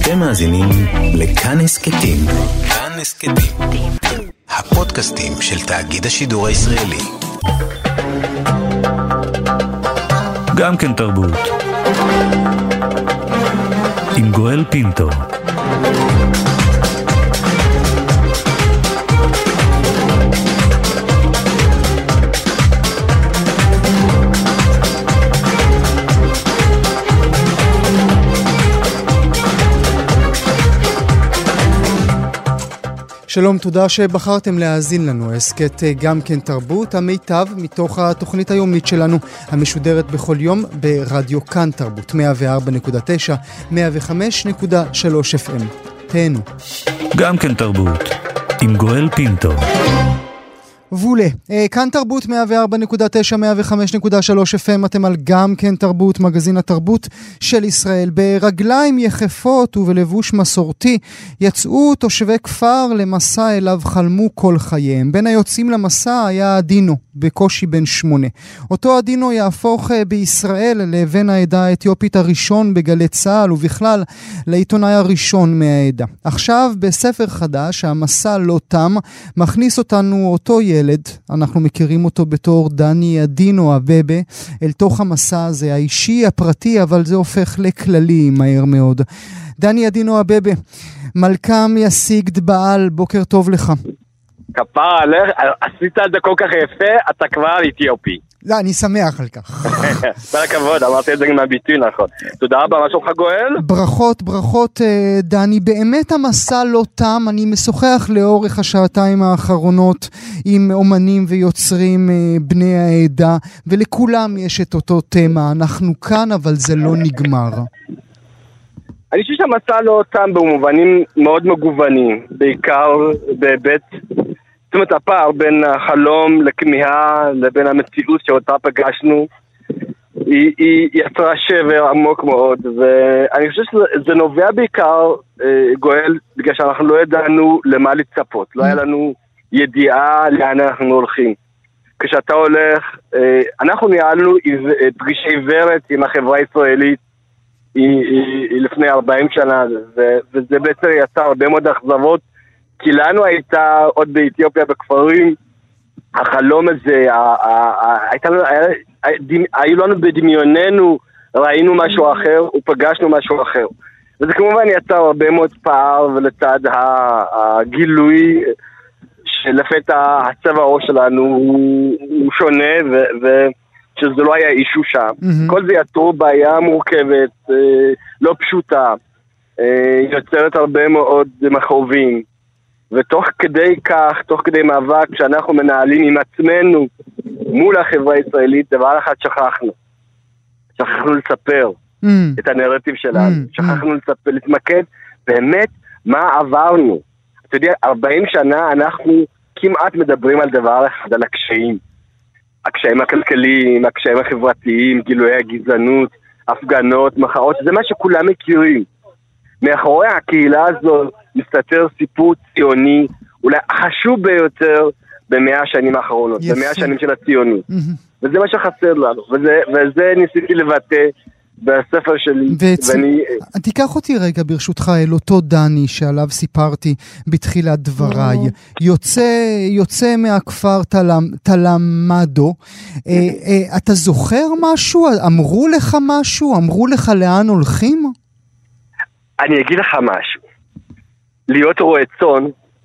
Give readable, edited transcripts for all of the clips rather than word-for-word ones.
אתם מאזינים לכאן הסכתים. כאן הסכתים, הפודקאסטים של תאגיד השידור הישראלי. גם כן תרבות, עם גואל פינטו. שלום, תודה שבחרתם להאזין לנו. הסכת גם כן תרבות, המיטב מתוך התוכנית היומית שלנו, המשודרת בכל יום ברדיו כאן תרבות, 104.9, 105.3 FM. תהנו. גם כן תרבות, עם גואל פינטו. וולה, כאן תרבות 104.9, 105.3 FM, אתם על גם כן תרבות, מגזין התרבות של ישראל. ברגליים יחפות ובלבוש מסורתי יצאו תושבי כפר למסע אליו חלמו כל חייהם. בין היוצאים למסע היה אדינו, בקושי בן 8. אותו אדינו יהפוך בישראל לבן העדה האתיופית הראשון בגלי צהל, ובכלל לעיתונאי הראשון מהעדה. עכשיו בספר חדש, המסע לא תם, מכניס אותנו אותו ילד, אנחנו מכירים אותו בתור דני אדינו אבבה, אל תוך המסע הזה, האישי, הפרטי, אבל זה הופך לכללי מהר מאוד. דני אדינו אבבה, מלכם ישיג דבעל, בוקר טוב לך. כפרה עליך, עשית את זה כל כך יפה, אתה כבר אתיופי. לא, אני שמח על כך. כל הכבוד, אמרתי את זה עם הביטוי, נכון. תודה רבה, מה שלומך גואל? ברכות, דני. באמת המסע לא תם, אני משוחח לאורך השעתיים האחרונות עם אומנים ויוצרים בני העדה, ולכולם יש את אותו תמה. אנחנו כאן, אבל זה לא נגמר. אני חושב שהמסע לא תם במובנים מאוד מגוונים, בעיקר בהיבט, זאת אומרת, הפער בין החלום לכמיהה לבין המציאות שאותה פגשנו, היא יצרה שבר עמוק מאוד, ואני חושב שזה נובע בעיקר, גואל, בגלל שאנחנו לא ידענו למה לצפות, לא היה לנו ידיעה לאן אנחנו הולכים. כשאתה הולך, אנחנו ניהלנו פגישה עיוורת עם החברה הישראלית, היא לפני 40 שנה, וזה בעצם יצר הרבה מאוד אכזבות, כי לנו הייתה עוד באתיופיה בכפרים, החלום הזה, היו לנו בדמיוננו, ראינו משהו אחר ופגשנו משהו אחר. וזה כמובן יצר הרבה מאוד פער, ולצד הגילוי שלפתע הצבע העור שלנו הוא שונה, ושזה לא היה אישו שם. כל זה יצרו בעיה מורכבת, לא פשוטה, יוצרת הרבה מאוד מכאובים. ותוך כדי כך, תוך כדי מאבק שאנחנו מנהלים עם עצמנו מול החברה הישראלית, דבר אחד שכחנו לספר את הנרטיב שלנו, שכחנו להתמקד באמת מה עברנו. אתה יודע, 40 שנה אנחנו כמעט מדברים על דבר אחד, על הקשיים הכלכליים, הקשיים החברתיים, גילויי הגזענות, הפגנות, מחאות, זה מה שכולם מכירים. מאחורי הקהילה הזו מסתתר סיפור ציוני, אולי החשוב ביותר ב100 השנים האחרונות, ב100 השנים של הציונות. וזה מה שחסר לנו, וזה ניסיתי לבטא בספר שלי. תיקח אותי רגע ברשותך אל אותו דני שעליו סיפרתי בתחילת דבריי. יוצא מהכפר תלמדו. אתה זוכר משהו? אמרו לך משהו? אמרו לך לאן הולכים? אני אגיד לך משהו. להיות רועה צאן,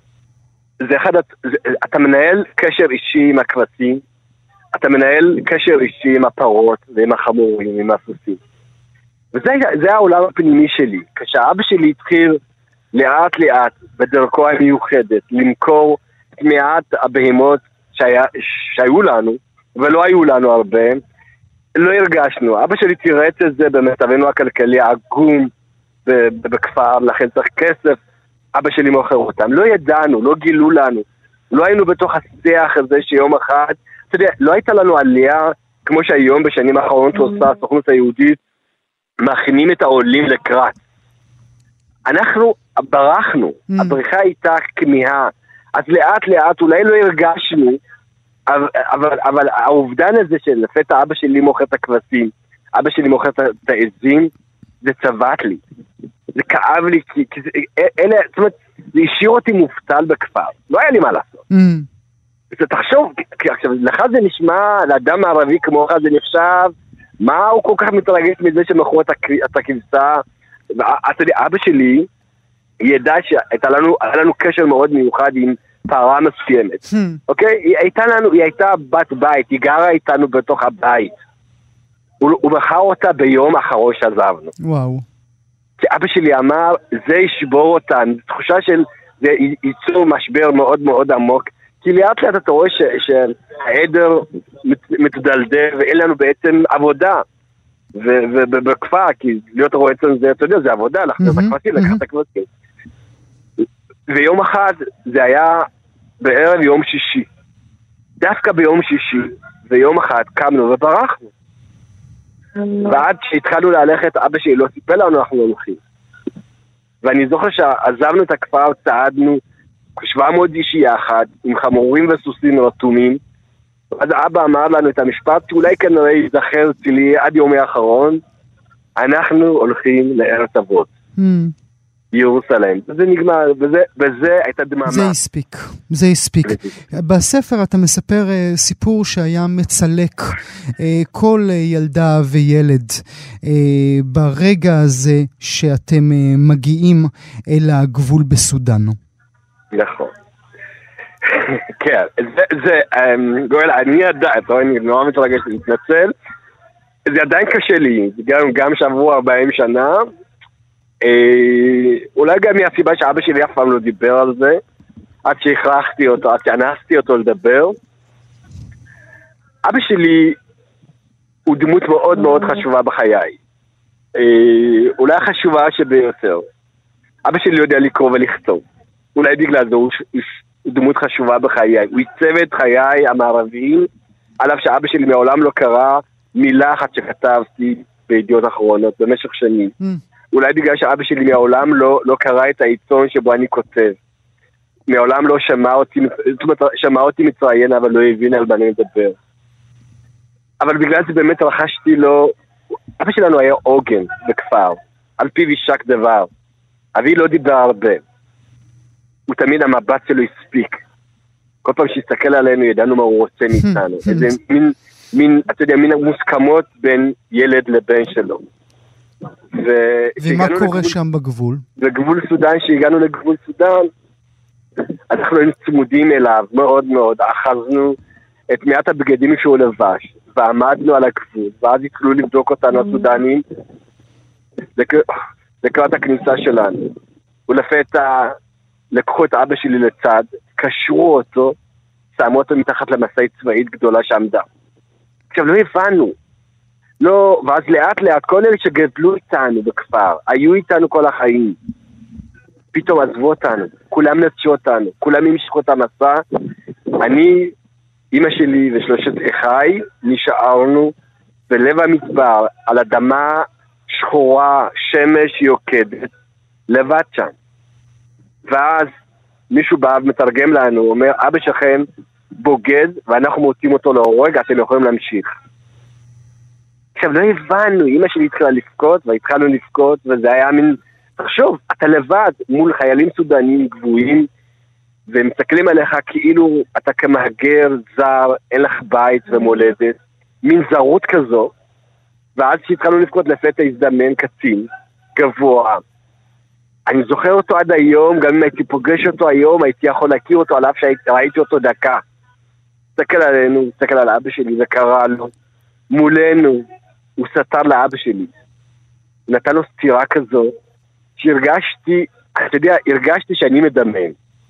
אתה מנהל קשר אישי עם הכבשים, אתה מנהל קשר אישי עם הפרות ועם החמורים, עם הסוסים. וזה העולם הפנימי שלי. כשאבא שלי התחיל לאט לאט בדרכו המיוחדת למכור את מעט הבהמות שהיו לנו, ולא היו לנו הרבה, לא הרגשנו. אבא שלי תירץ את זה במצבנו הכלכלי העגום בכפר, לכן צריך כסף. אבא שלי מוכר אותם. לא ידענו, לא גילו לנו. לא היינו בתוך השיח הזה שיום אחד, אתה יודע, לא הייתה לנו עלייה כמו שהיום בשנים האחרונות עושה הסוכנות היהודית, מכינים את העולים לקראת. אנחנו ברחנו, הבריחה הייתה כמיהה, אז לאט לאט אולי לא הרגשנו, אבל האובדן הזה של לפתע אבא שלי מוכר את הכבשים, אבא שלי מוכר את העזים, זה צבט לי. זה כאב לי, כי זאת אומרת, זה השאיר אותי מובטל בכפר. לא היה לי מה לעשות. תחשוב, עכשיו, לך זה נשמע, לאדם הערבי כמוך זה נחשב, מה הוא כל כך מתרגש מזה שמכרו את הכבשה? אתה יודע, אבא שלי ידע שהיה לנו קשר מאוד מיוחד עם פרה מסוימת. אוקיי? היא הייתה בת בית, היא גרה איתנו בתוך הבית. הוא בחר אותה ביום אחרון שעזבנו. וואו. כי אבא שלי אמר, זה ישבור אותנו. תחושה של, זה ייצור משבר מאוד מאוד עמוק. כי לאט לאט אתה רואה שהעדר מתדלדל ואין לנו בעצם עבודה. ובכפר, כי להיות רואה אצלנו זה, אתה יודע, זה עבודה, לקחת את הכבשים. ויום אחד, זה היה בערב יום שישי. דווקא ביום שישי, ויום אחד קמנו וברחנו. ועד שהתחלנו ללכת, אבא שלי לא סיפר לנו, אנחנו הולכים. ואני זוכר שעזבנו את הכפר, צעדנו 700 איש יחד, עם חמורים וסוסים רתומים. אז אבא אמר לנו את המשפט, שאולי כנראה יזכר אצלי עד יומי האחרון, אנחנו הולכים לארץ אבות. ירוסלם. זה נגמר, וזה הייתה דממה. זה הספיק. בספר אתה מספר סיפור שהיה מצלק כל ילדה וילד ברגע הזה שאתם מגיעים אל הגבול בסודן. נכון. כן, גואל, אני נורא מתרגש להתנצל. זה עדיין קשה לי, גם שעברו 40 שנה, אולי גם מהסיבה שאבא שלי אף פעם לא דיבר על זה, עד שהכרחתי אותו, עד שאנסתי אותו לדבר. אבא שלי הוא דמות מאוד מאוד חשובה בחיי, אולי החשובה שביותר. אבא שלי יודע לקרוא ולכתוב, אולי בגלל זה הוא דמות חשובה בחיי. הוא ייצב את חיי המערביים, עליו שאבא שלי מעולם לא קרא מילה אחת שכתבתי בידיעות אחרונות במשך שנים. אולי בגלל שאבא שלי מעולם לא קרא את העיתון שבו אני כותב. מעולם לא שמע אותי מתראיין, אבל לא הבין על מה אני מדבר. אבל בגלל זה באמת רכשתי לו, אבא שלנו היה עוגן בכפר, על פיו יישק דבר. אבי לא דיבר הרבה. הוא תמיד המבט שלו הספיק. כל פעם שהסתכל עלינו ידענו מה הוא רוצה מאיתנו. איזה מין, אתה יודע, מין מוסכמות בין ילד לבן שלו. ומה קורה שם בגבול? בגבול סודן, שהגענו לגבול סודן, אנחנו היינו צמודים אליו מאוד מאוד, אחזנו את מעט הבגדים שהוא לבש, ועמדנו על הגבול, ואז התחילו לבדוק אותנו הסודנים, לקראת הכניסה שלנו. ולפתע לקחו את אבא שלי לצד, קשרו אותו, שמו אותו מתחת למשאית צבאית גדולה שעמדה. עכשיו לא הבנו, לא, ואז לאט לאט כל אלה שגדלו איתנו בכפר, היו איתנו כל החיים, פתאום עזבו אותנו, כולם נטשו אותנו, כולם המשכו את המסע. אני, אמא שלי ושלושת אחיי נשארנו בלב המדבר, על אדמה שחורה, שמש יוקדת, לבד שם. ואז מישהו בא ומתרגם לנו, הוא אומר, אבא שלכם בוגד ואנחנו מוצאים אותו להורג, אתם יכולים להמשיך. עכשיו לא הבנו, אמא שלי התחילה לבכות והתחלנו לבכות, וזה היה מין, תחשוב, אתה לבד מול חיילים סודנים גבוהים, ומסתכלים עליך כאילו אתה כמהגר זר, אין לך בית ומולדת, מין זרות כזו. ואז שהתחלנו לבכות לפתע הזדמן קצין גבוה, אני זוכר אותו עד היום, גם אם הייתי פוגש אותו היום, הייתי יכול להכיר אותו עליו שראיתי אותו דקה. תסתכל עלינו, תסתכל על אבא שלי, זה קרה לו. מולנו, הוא סתר לאבא שלי. נתן לו סתירה כזו, שהרגשתי, אתה יודע, הרגשתי שאני מדמם.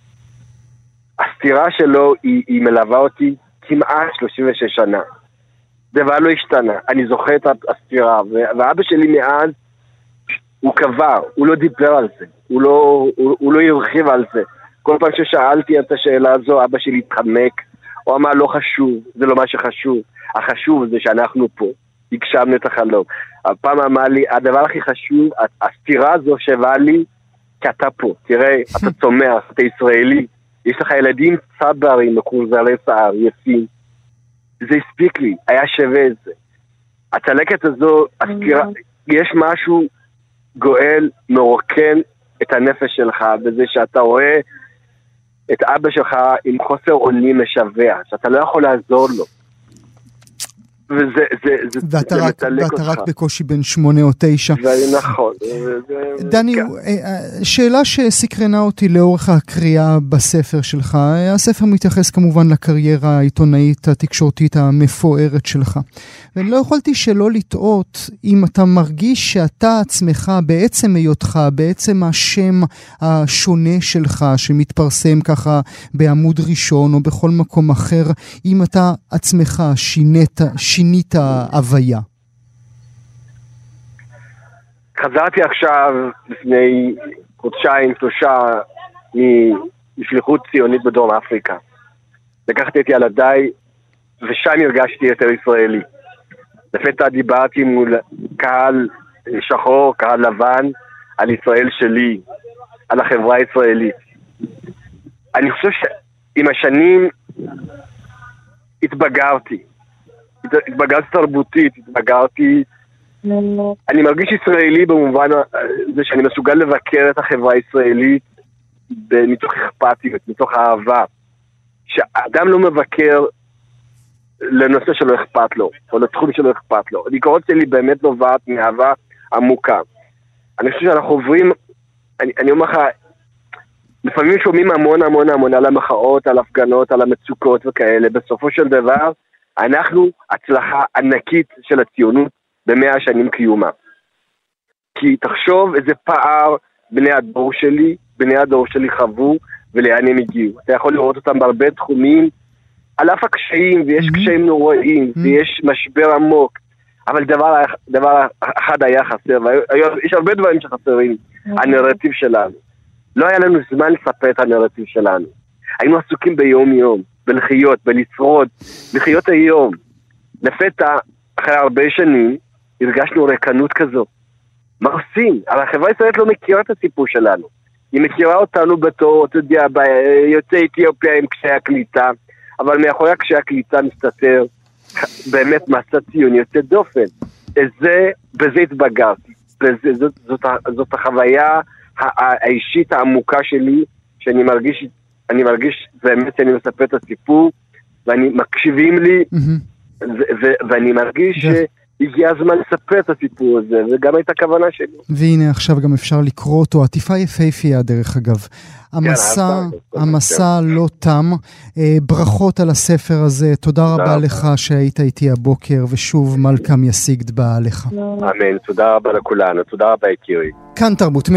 הסתירה שלו היא מלווה אותי כמעט 36 שנה. דבר לא השתנה, אני זוכר את הסתירה, ואבא שלי מאז, הוא קבר, הוא לא דיבר על זה, הוא לא ירחיב על זה. כל פעם ששאלתי את השאלה הזו, אבא שלי התחמק, הוא אמר לא חשוב, זה לא מה שחשוב, החשוב זה שאנחנו פה, הגשמנו את החלום. הפעם אמר לי, הדבר הכי חשוב, הסתירה הזו שבאה לי, כי אתה פה, תראה, אתה צומח, אתה ישראלי, יש לך ילדים צברים, מקורזלי שיער, יפים, זה הספיק לי, היה שווה את זה. הצלקת הזו, הסתירה, יש משהו גואל מרוקן את הנפש שלך, בזה שאתה רואה את אבא שלך עם חוסר אונים משווע, שאתה לא יכול לעזור לו. ואתה רק בקושי בין 8 או 9. נכון. דני, שאלה שסקרנה אותי לאורך הקריאה בספר שלך, הספר מתייחס כמובן לקריירה העיתונאית התקשורתית המפוארת שלך. ואני לא יכולתי שלא לטעות אם אתה מרגיש שאתה עצמך בעצם היותך, בעצם השם השונה שלך שמתפרסם ככה בעמוד ראשון או בכל מקום אחר, אם אתה עצמך שינית ההוויה. חזרתי עכשיו לפני חודשיים, 3 משליחות ציונית בדרום אפריקה. לקחתי את ילדיי ושם הרגשתי יותר ישראלי. לפתע דיברתי מול קהל שחור, קהל לבן, על ישראל שלי, על החברה הישראלית. אני חושב שעם השנים התבגרתי תרבותית, אני מרגיש ישראלי במובן זה שאני מסוגל לבקר את החברה הישראלית מתוך אכפתיות, מתוך אהבה. שאדם לא מבקר לנושא שלא אכפת לו, או לתחום שלא אכפת לו. הביקורת שלי באמת נובעת מאהבה עמוקה. אני חושב שאנחנו עוברים, אני אומר לך, לפעמים שומעים המון על המחאות, על הפגנות, על המצוקות וכאלה. בסופו של דבר, אנחנו הצלחה ענקית של הציונות ב100 שנים קיומה. כי תחשוב איזה פער בני הדור שלי חוו ולאן הם הגיעו. אתה יכול לראות אותם בהרבה תחומים, על אף הקשיים, ויש קשיים נוראים, ויש משבר עמוק, אבל דבר אחד היה חסר, ויש הרבה דברים שחסרים, הנרטיב שלנו. לא היה לנו זמן לספר את הנרטיב שלנו. היינו עסוקים ביום-יום, בלחיות, בלשרוד, לחיות היום. לפתע, אחרי הרבה שנים, הרגשנו ריקנות כזו. מה עושים? אבל החברה הישראלית לא מכירה את הסיפור שלנו. היא מכירה אותנו בתור, אתה יודע, יוצאי אתיופיה עם קשיי הקליטה, אבל מאחורי קשיי הקליטה מסתתר באמת מסע ציוני יוצא דופן. בזה התבגרתי. זאת החוויה האישית העמוקה שלי, שאני מרגיש באמת שאני מספר את הסיפור, ואני מקשיבים לי, ואני מרגיש שהגיע הזמן לספר את הסיפור הזה, וגם הייתה הכוונה שלי. והנה עכשיו גם אפשר לקרוא אותו, עטיפה יפהפייה דרך אגב. המסע לא תם, ברכות על הספר הזה, תודה רבה לך שהיית איתי הבוקר, ושוב מלכם ישיג בעליך. אמן, תודה רבה לכולנו, תודה רבה יקירי. כאן תרבות, 104.9,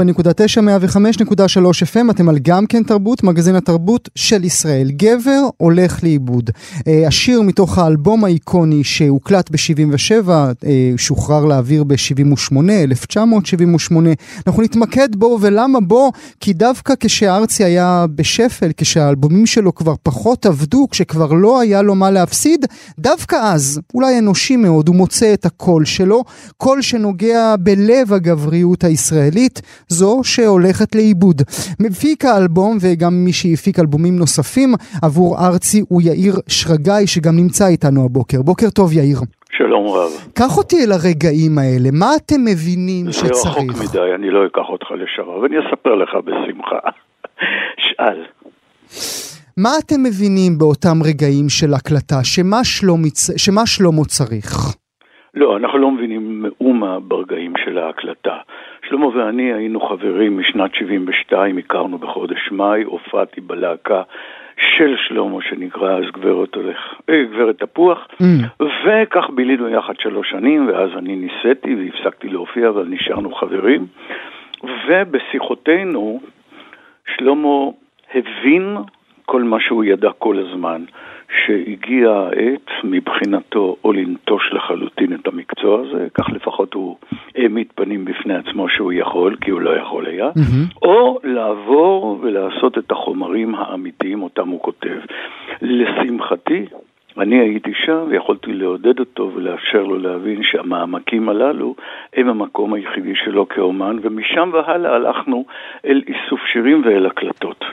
105.3 FM, אתם על גם כן תרבות, מגזין התרבות של ישראל. גבר הולך לאיבוד. השיר מתוך האלבום האיקוני שהוקלט ב-77, שוחרר לאוויר ב-78, 1978. אנחנו נתמקד בו, ולמה בו? כי דווקא כשארצי היה בשפל, כשהאלבומים שלו כבר פחות עבדו, כשכבר לא היה לו מה להפסיד, דווקא אז, אולי אנושי מאוד, הוא מוצא את הקול שלו, קול שנוגע בלב הגבריות הישראלית, זו שהולכת לאיבוד. מפיק האלבום וגם מי שהפיק אלבומים נוספים עבור ארצי הוא יאיר שרגאי, שגם נמצא איתנו הבוקר. בוקר טוב יאיר. שלום רב. קח אותי אל הרגעים האלה, מה אתם מבינים שצריך? זה רחוק מדי, אני לא אקח אותך לשרה, ואני אספר לך בשמחה. שאל. מה אתם מבינים באותם רגעים של הקלטה, שמה שלמה צריך? לא, אנחנו לא מבינים מאומה ברגעים של ההקלטה. שלמה ואני היינו חברים משנת 72, הכרנו בחודש מאי, הופעתי בלהקה של שלמה שנקרא אז גברת תפוח, וכך בילינו יחד 3 שנים, ואז אני ניסיתי והפסקתי להופיע, אבל נשארנו חברים, ובשיחותינו שלמה הבין כל מה שהוא ידע כל הזמן, שהגיע העת מבחינתו או לנטוש לחלוטין את המקצוע הזה, כך לפחות הוא העמיד פנים בפני עצמו שהוא יכול, כי הוא לא יכול היה, או לעבור ולעשות את החומרים האמיתיים אותם הוא כותב. לשמחתי, אני הייתי שם ויכולתי לעודד אותו ולאפשר לו להבין שהמעמקים הללו הם המקום היחידי שלו כאומן, ומשם והלאה הלכנו אל איסוף שירים ואל הקלטות.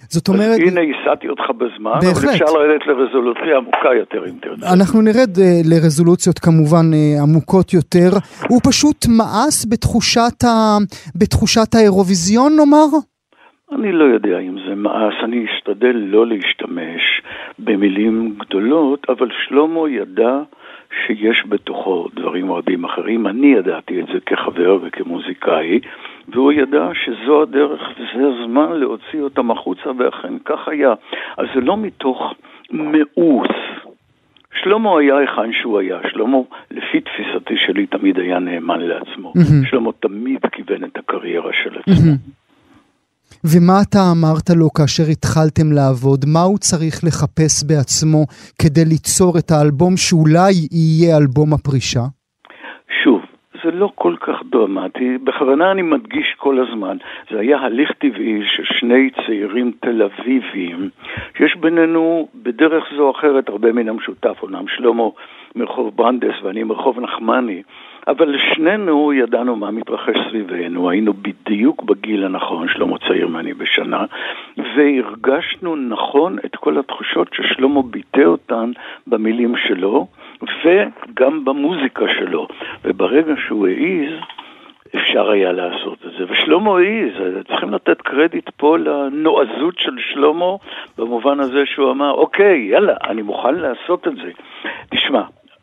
זאת אומרת... הנה, הסעתי אותך בזמן, בהחלט. אבל אפשר לרדת לרזולוציה עמוקה יותר, אם תרצה. אנחנו נרד לרזולוציות כמובן עמוקות יותר. הוא פשוט מאס בתחושת האירוויזיון, נאמר? אני לא יודע אם זה מאס, אני אשתדל לא להשתמש במילים גדולות, אבל שלמה ידע שיש בתוכו דברים רבים אחרים. אני ידעתי את זה כחבר וכמוזיקאי, והוא ידע שזו הדרך וזה הזמן להוציא אותם החוצה, ואכן כך היה. אז זה לא מתוך מאוס. שלמה היה היכן שהוא היה. שלמה, לפי תפיסתי שלי, תמיד היה נאמן לעצמו. שלמה תמיד כיוון את הקריירה של עצמו. ומה אתה אמרת לו כאשר התחלתם לעבוד? מה הוא צריך לחפש בעצמו כדי ליצור את האלבום שאולי יהיה אלבום הפרישה? שוב, זה לא כל כך דרמטי. בכוונה אני מדגיש כל הזמן. זה היה הליך טבעי של שני צעירים תל אביביים, שיש בינינו בדרך זו או אחרת הרבה מן המשותף. אומנם שלמה מרחוב ברנדס ואני מרחוב נחמני, אבל שנינו ידענו מה מתרחש סביבנו, היינו בדיוק בגיל הנכון, שלמה צעיר ממני בשנה, והרגשנו נכון את כל התחושות ששלמה ביטא אותן במילים שלו, וגם במוזיקה שלו. וברגע שהוא העיז, אפשר היה לעשות את זה. ושלמה העיז, צריכים לתת קרדיט פה לנועזות של שלמה, במובן הזה שהוא אמר, אוקיי, יאללה, אני מוכן לעשות את זה. תשמע,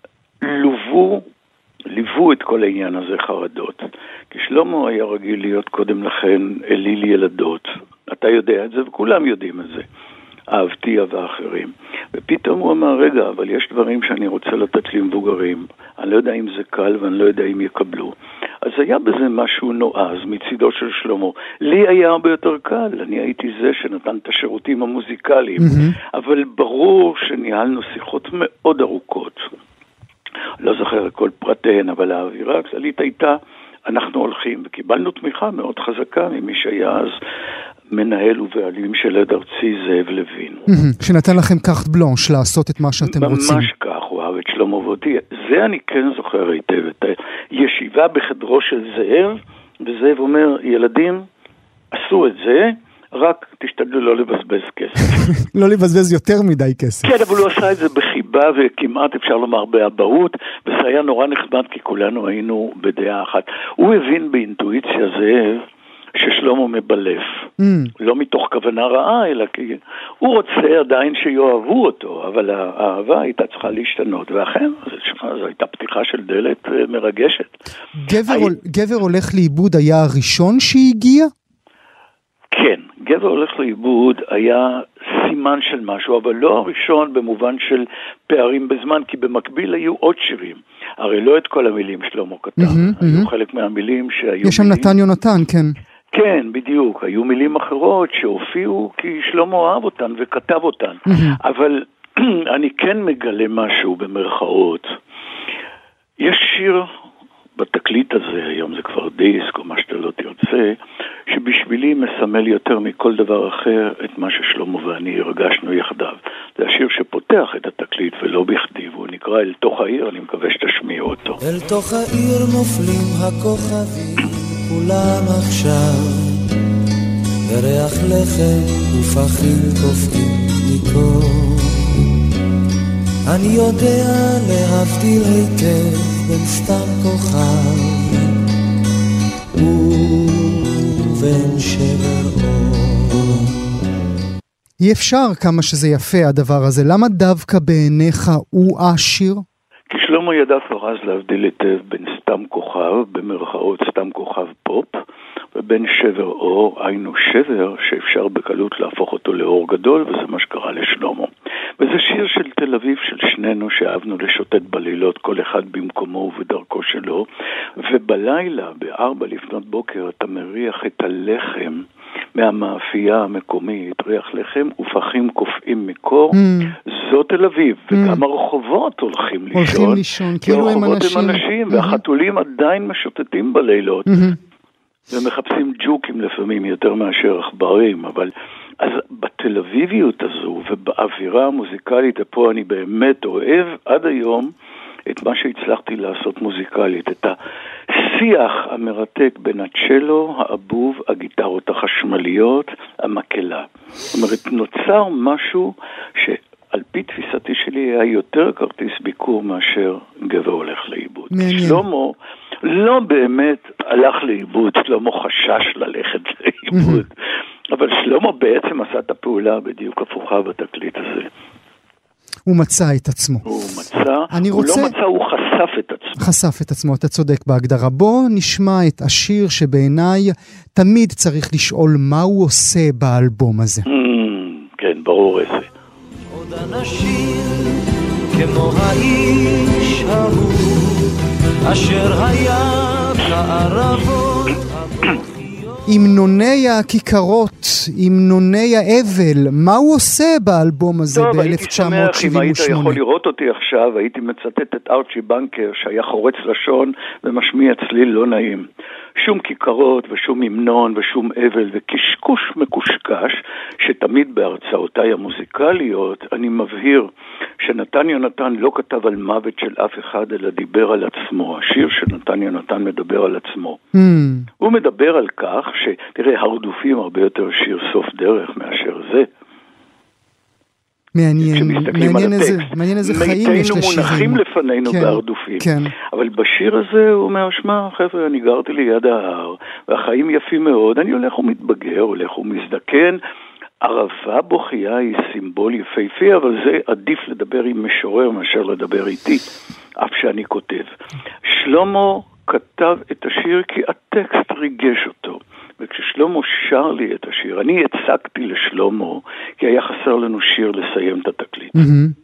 ליוו את כל העניין הזה חרדות. כי שלמה היה רגיל להיות קודם לכן אליל ילדות. אתה יודע את זה וכולם יודעים את זה. אהבתיה ואחרים. ופתאום הוא אמר, רגע, אבל יש דברים שאני רוצה לתת למבוגרים. אני לא יודע אם זה קל ואני לא יודע אם יקבלו. אז היה בזה משהו נועז מצידו של שלמה. לי היה הרבה יותר קל. אני הייתי זה שנתן את השירותים המוזיקליים. אבל ברור שניהלנו שיחות מאוד ארוכות. לא זוכר כל פרטיהן, אבל האווירה הכללית הייתה, אנחנו הולכים, וקיבלנו תמיכה מאוד חזקה ממי שהיה אז מנהל ובעלים של עד ארצי זאב לוין. שנתן לכם קארט בלאנש לעשות את מה שאתם רוצים. ממש כך, הוא אהב את שלמה ואותי. זה אני כן זוכר היטב, את הישיבה בחדרו של זאב, וזאב אומר, ילדים, עשו את זה, רק תשתדלו לא לבזבז כסף. לא לבזבז יותר מדי כסף. כן, אבל הוא עשה את זה בחיבה וכמעט אפשר לומר באבהות, וזה היה נורא נחמד כי כולנו היינו בדעה אחת. הוא הבין באינטואיציה זאב ששלמה מבלף. לא מתוך כוונה רעה, אלא כי הוא רוצה עדיין שיאהבו אותו, אבל האהבה הייתה צריכה להשתנות, ואכן, זו הייתה פתיחה של דלת מרגשת. גבר הולך לאיבוד היה הראשון שהגיע? כן, גבר הולך לאיבוד היה סימן של משהו, אבל לא הראשון במובן של פערים בזמן, כי במקביל היו עוד שירים. הרי לא את כל המילים שלמה כתב, היו חלק מהמילים שהיו... יש שם נתן יונתן, כן. כן, בדיוק. היו מילים אחרות שהופיעו כי שלמה אהב אותן וכתב אותן. אבל אני כן מגלה משהו במרכאות. יש שיר בתקליט הזה, היום זה כבר דיסק או מה שאתה לא תרצה, שבשבילי מסמל יותר מכל דבר אחר את מה ששלמה ואני הרגשנו יחדיו. זה השיר שפותח את התקליט ולא בכדי, והוא נקרא אל תוך העיר, אני מקווה שתשמיעו אותו. אל תוך העיר נופלים הכוכבים, כולם עכשיו, וריח לחם ופחים קופאים מקור. אני יודע להבדיל היטב בין סתם כוכב ובין שבר אור. אי אפשר כמה שזה יפה הדבר הזה. למה דווקא בעיניך הוא עשיר? כי שלמה ידע כבר אז להבדיל היטב בין סתם כוכב, במרכאות סתם כוכב פופ, ובין שבר אור, היינו שבר שאפשר בקלות להפוך אותו לאור גדול, וזה מה שקרה לשלמה. וזה שיר של תל אביב של שנינו שאהבנו לשוטט בלילות, כל אחד במקומו ובדרכו שלו, ובלילה, 4 לפנות בוקר, אתה מריח את הלחם מהמאפייה המקומית, ריח לחם ופחים קופאים מקור, זו תל אביב, וגם הרחובות הולכים לישון, כי הרחובות הם אנשים, והחתולים עדיין משוטטים בלילות. ומחפשים ג'וקים לפעמים יותר מאשר עכברים, אבל אז בתל אביביות הזו ובאווירה המוזיקלית, פה אני באמת אוהב עד היום את מה שהצלחתי לעשות מוזיקלית, את השיח המרתק בין הצ'לו, האבוב, הגיטרות החשמליות, המקלה. זאת אומרת, נוצר משהו שעל פי תפיסתי שלי היה יותר כרטיס ביקור מאשר גבר הולך לאיבוד. שלמה לא באמת הלך לאיבוד, שלמה חשש ללכת לאיבוד, אבל שלמה בעצם עשה את הפעולה בדיוק הפוכה בתקליט הזה. הוא מצא את עצמו. הוא לא מצא, הוא חשף את עצמו. חשף את עצמו, אתה צודק בהגדרה. בוא נשמע את השיר שבעיניי תמיד צריך לשאול מה הוא עושה באלבום הזה. כן, ברור איזה. עוד אנשים כמו האיש ההוא אשר היה בערבות הבוכיות. המנוני הכיכרות, המנוני האבל, מה הוא עושה באלבום הזה ב-1978? טוב, הייתי שמח אם היית יכול לראות אותי עכשיו, הייתי מצטט את ארצ'י בנקר שהיה חורץ לשון ומשמיע צליל לא נעים. שום כיכרות ושום המנון ושום אבל וקשקוש מקושקש, שתמיד בהרצאותיי המוזיקליות אני מבהיר שנתן יונתן לא כתב על מוות של אף אחד אלא דיבר על עצמו. השיר שנתן יונתן מדבר על עצמו. הוא מדבר על כך שתראה, הרדופים הרבה יותר שיר סוף דרך מאשר זה. מעניין איזה חיים יש לשירים. מונחים לפנינו בהרדופים. אבל בשיר הזה הוא אומר, שמע חבר'ה, אני גרתי ליד ההר, והחיים יפים מאוד, אני הולך ומתבגר, הולך ומזדקן, ערבה בוכייה היא סימבול יפהפי, אבל זה עדיף לדבר עם משורר מאשר לדבר איתי, אף שאני כותב. שלמה כתב את השיר כי הטקסט ריגש אותו. וכששלמה שר לי את השיר, אני הצקתי לשלמה, כי היה חסר לנו שיר לסיים את התקליט.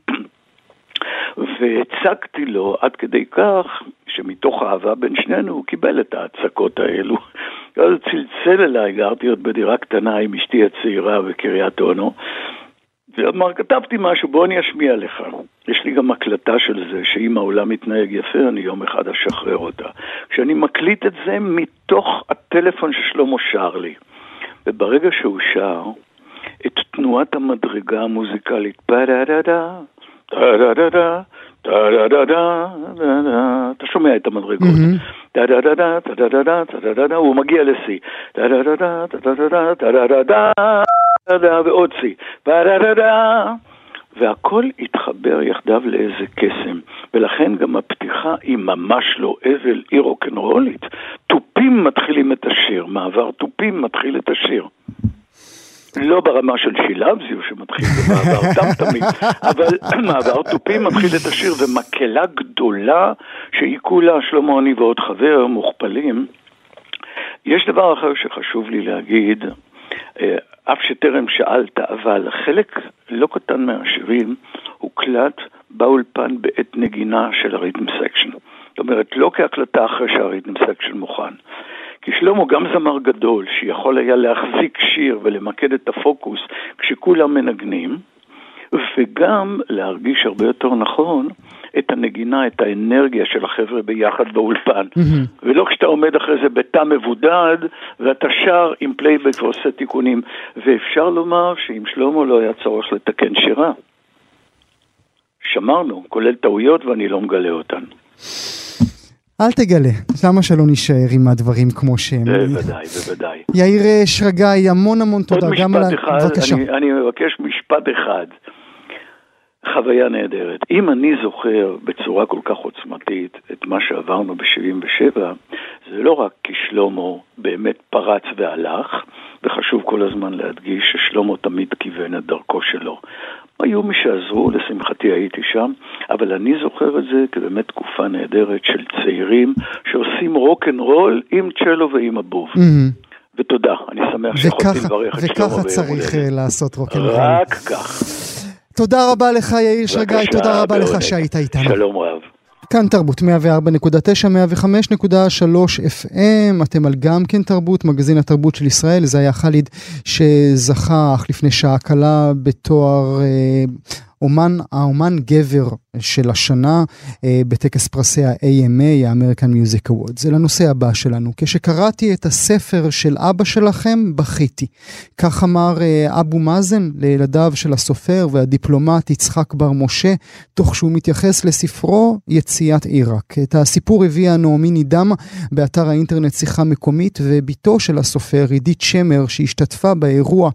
והצקתי לו עד כדי כך, שמתוך אהבה בין שנינו, הוא קיבל את ההצקות האלו. אז צלצל אליי, גרתי עוד בדירה קטנה עם אשתי הצעירה בקריית אונו, ואמר, כתבתי משהו, בוא אני אשמיע לך. יש לי גם הקלטה של זה, שאם העולם מתנהג יפה, אני יום אחד אשחרר אותה. כשאני מקליט את זה מתוך הטלפון ששלמה שר לי. וברגע שהוא שר, את תנועת המדרגה המוזיקלית, פה-דה-דה-דה, טה-דה-דה-דה, טה-דה-דה-דה, אתה שומע את המדרגות. טה-דה-דה-דה, טה-דה-דה-דה, טה-דה-דה-דה, הוא מגיע לשיא. טה-דה-דה-דה, טה-דה-דה-דה, טה-דה-דה-דה, ועוד סי, והכל התחבר יחדיו לאיזה קסם, ולכן גם הפתיחה היא ממש לא אבל, היא רוקנרולית. טופים מתחילים את השיר, מעבר טופים מתחיל את השיר. לא ברמה של שילבזיו שמתחיל במעבר תם תמיד, אבל מעבר טופים מתחיל את השיר, ומקהלה גדולה שהיא כולה שלמה אני ועוד חבר מוכפלים. יש דבר אחר שחשוב לי להגיד, אף שטרם שאלת, אבל חלק לא קטן מהשירים הוקלט באולפן בעת נגינה של הריתם סקשן. זאת אומרת, לא כהקלטה אחרי שהריתם סקשן מוכן. כי שלמה גם זמר גדול שיכול היה להחזיק שיר ולמקד את הפוקוס כשכולם מנגנים, וגם להרגיש הרבה יותר נכון את הנגינה, את האנרגיה של החבר'ה ביחד באולפן. ולא כשאתה עומד אחרי זה בתא מבודד, ואתה שר עם פלייבק ועושה תיקונים. ואפשר לומר שאם שלמה לא היה צורך לתקן שירה. שמרנו, כולל טעויות ואני לא מגלה אותן. אל תגלה, למה שלא נשאר עם הדברים כמו שהם? בוודאי, בוודאי. יאיר שרגאי, המון תודה. עוד משפט אחד, אני מבקש משפט אחד. חוויה נהדרת. אם אני זוכר בצורה כל כך עוצמתית את מה שעברנו ב-77, זה לא רק כי שלמה באמת פרץ והלך, וחשוב כל הזמן להדגיש ששלמה תמיד כיוון את דרכו שלו. היו מי שעזרו, לשמחתי הייתי שם, אבל אני זוכר את זה כבאמת תקופה נהדרת של צעירים שעושים רוק'נ'רול עם צ'לו ועם הבוב. ותודה, אני שמח שיכולתי לברך את שלמה. וככה צריך לעשות רוק'נ'רול. רק כך. תודה רבה לך יאיר שרגאי, תודה רבה לך שהיית איתנו. שלום רב. כאן תרבות 104.9, 105.3 FM, אתם על גם כן תרבות, מגזין התרבות של ישראל. זה היה חליד שזכה אך לפני שעה קלה בתואר האומן גבר של השנה בטקס פרסי ה-AMA, ה-American Music Awards. זה לנושא הבא שלנו. כשקראתי את הספר של אבא שלכם, בכיתי. כך אמר אבו מאזן לילדיו של הסופר והדיפלומט יצחק בר משה, תוך שהוא מתייחס לספרו יציאת עיראק. את הסיפור הביאה נעמי נידם באתר האינטרנט שיחה מקומית, וביתו של הסופר עידית שמר, שהשתתפה באירוע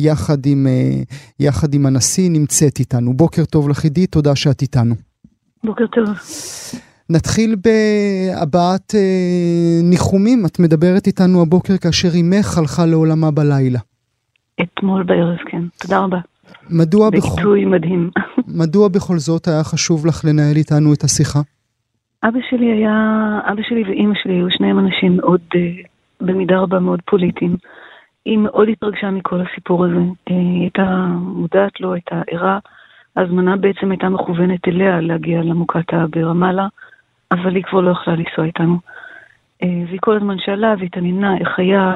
יחד עם הנשיא, נמצאת איתנו. בוקר טוב לך עידית, תודה שאת איתנו. בוקר טוב. נתחיל בהבעת ניחומים. את מדברת איתנו הבוקר כאשר אמך הלכה לעולמה בלילה. אתמול בערב, כן. תודה רבה. ביטוי מדהים. מדוע בכל זאת היה חשוב לך לנהל איתנו את השיחה? אבא שלי ואמא שלי היו שניהם אנשים מאוד, במידה רבה מאוד פוליטיים. היא מאוד התרגשה מכל הסיפור הזה. היא הייתה מודעת לו, הייתה ערה. ההזמנה בעצם הייתה מכוונת אליה להגיע למוקטעה ברמאללה, אבל היא כבר לא יכלה לנסוע איתנו. והיא כל הזמן שאלה והתעניינה איך היה,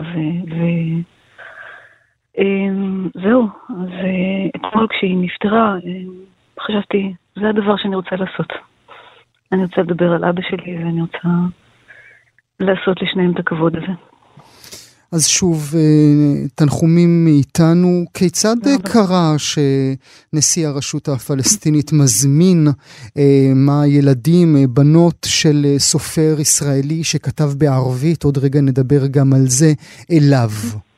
זהו. אז אתמול כשהיא נפטרה, חשבתי, זה הדבר שאני רוצה לעשות. אני רוצה לדבר על אבא שלי, ואני רוצה לעשות לשניהם את הכבוד הזה. אז שוב, תנחומים מאיתנו. כיצד קרה שנשיא הרשות הפלסטינית מזמין ילדים, בנות של סופר ישראלי שכתב בערבית, עוד רגע נדבר גם על זה, אליו?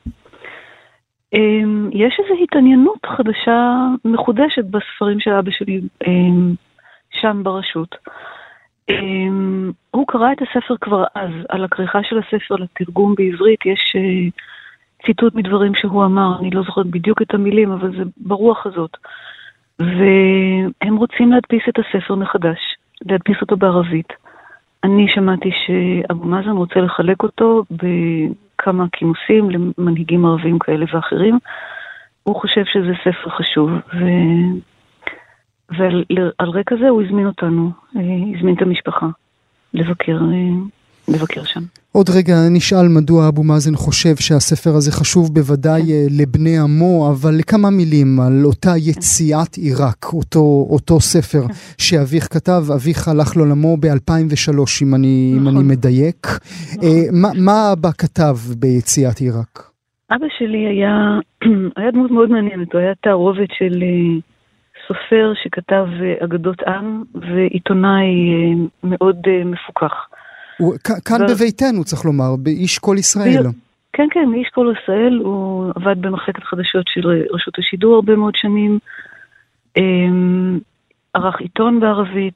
יש איזו התעניינות חדשה, מחודשת בספרים של אבא שלי שם ברשות. הוא קרא את הספר כבר אז, על הכריכה של הספר לתרגום בעברית, יש ציטוט מדברים שהוא אמר, אני לא זוכרת בדיוק את המילים, אבל זה ברוח הזאת. והם רוצים להדפיס את הספר מחדש, להדפיס אותו בערבית. אני שמעתי שאבו מאזן רוצה לחלק אותו בכמה כינוסים למנהיגים ערבים כאלה ואחרים. הוא חושב שזה ספר חשוב, ועל רקע זה הוא הזמין אותנו, הזמין את המשפחה לבקר שם. עוד רגע נשאל מדוע אבו מאזן חושב שהספר הזה חשוב בוודאי לבני עמו, אבל לכמה מילים על אותה יציאת עיראק, אותו ספר שאביך כתב. אביך הלך לעולמו ב-2003 אם אני מדייק. מה אבא כתב ביציאת עיראק? אבא שלי היה דמות מאוד מעניינת, הוא היה תערובת של סופר שכתב אגדות עם ועיתונאי מאוד מפוקח. כאן בביתנו צריך לומר, באיש כל ישראל. כן, באיש כל ישראל, הוא עבד במחלקת חדשות של רשות השידור הרבה מאוד שנים, ערך עיתון בערבית.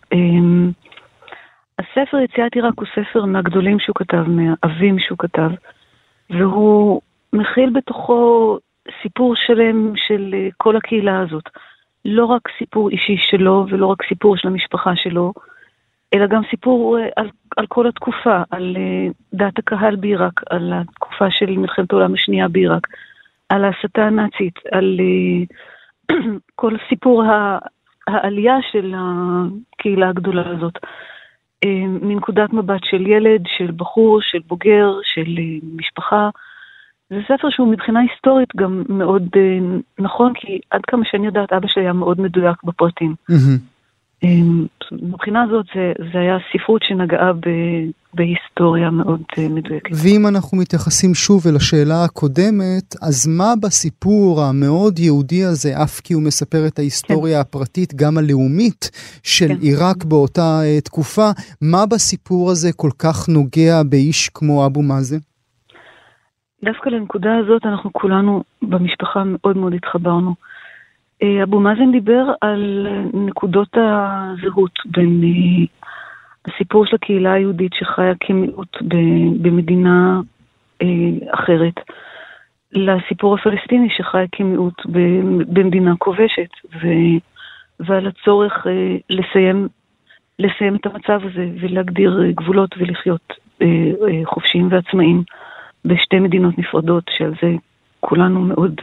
הספר יציאת עיראק הוא ספר מהגדולים שהוא כתב, מהאבים שהוא כתב, והוא מכיל בתוכו סיפור שלם של כל הקהילה הזאת. לא רק סיפור אישי שלו, ולא רק סיפור של המשפחה שלו, אלא גם סיפור על כל התקופה, על דעת הקהל בעיראק, על התקופה של מלחמת העולם השנייה בעיראק, על ההסתה הנאצית, על כל סיפור העלייה של הקהילה הגדולה הזאת, מנקודת מבט של ילד, של בחור, של בוגר, של משפחה. זה ספר שהוא מבחינה היסטורית גם מאוד נכון, כי עד כמה שאני יודעת, אבא שלי היה מאוד מדויק בפרטים. מבחינה הזאת זה היה ספרות שנגעה בהיסטוריה מאוד מדויקת. ואם אנחנו מתייחסים שוב אל השאלה הקודמת, אז מה בסיפור המאוד יהודי הזה, אף כי הוא מספר את ההיסטוריה הפרטית, גם הלאומית של עיראק באותה תקופה, מה בסיפור הזה כל כך נוגע באיש כמו אבו מאזן? דווקא לנקודה הזאת אנחנו כולנו במשפחה מאוד מאוד התחברנו. אבו מאזן דיבר על נקודות הזהות בין הסיפור של הקהילה היהודית שחיה כמיעוט במדינה אחרת, לסיפור הפלסטיני שחיה כמיעוט במדינה כובשת, ועל הצורך לסיים את המצב הזה ולהגדיר גבולות ולחיות חופשיים ועצמאיים בשתי מדינות נפרדות, שעל זה כולנו מאוד...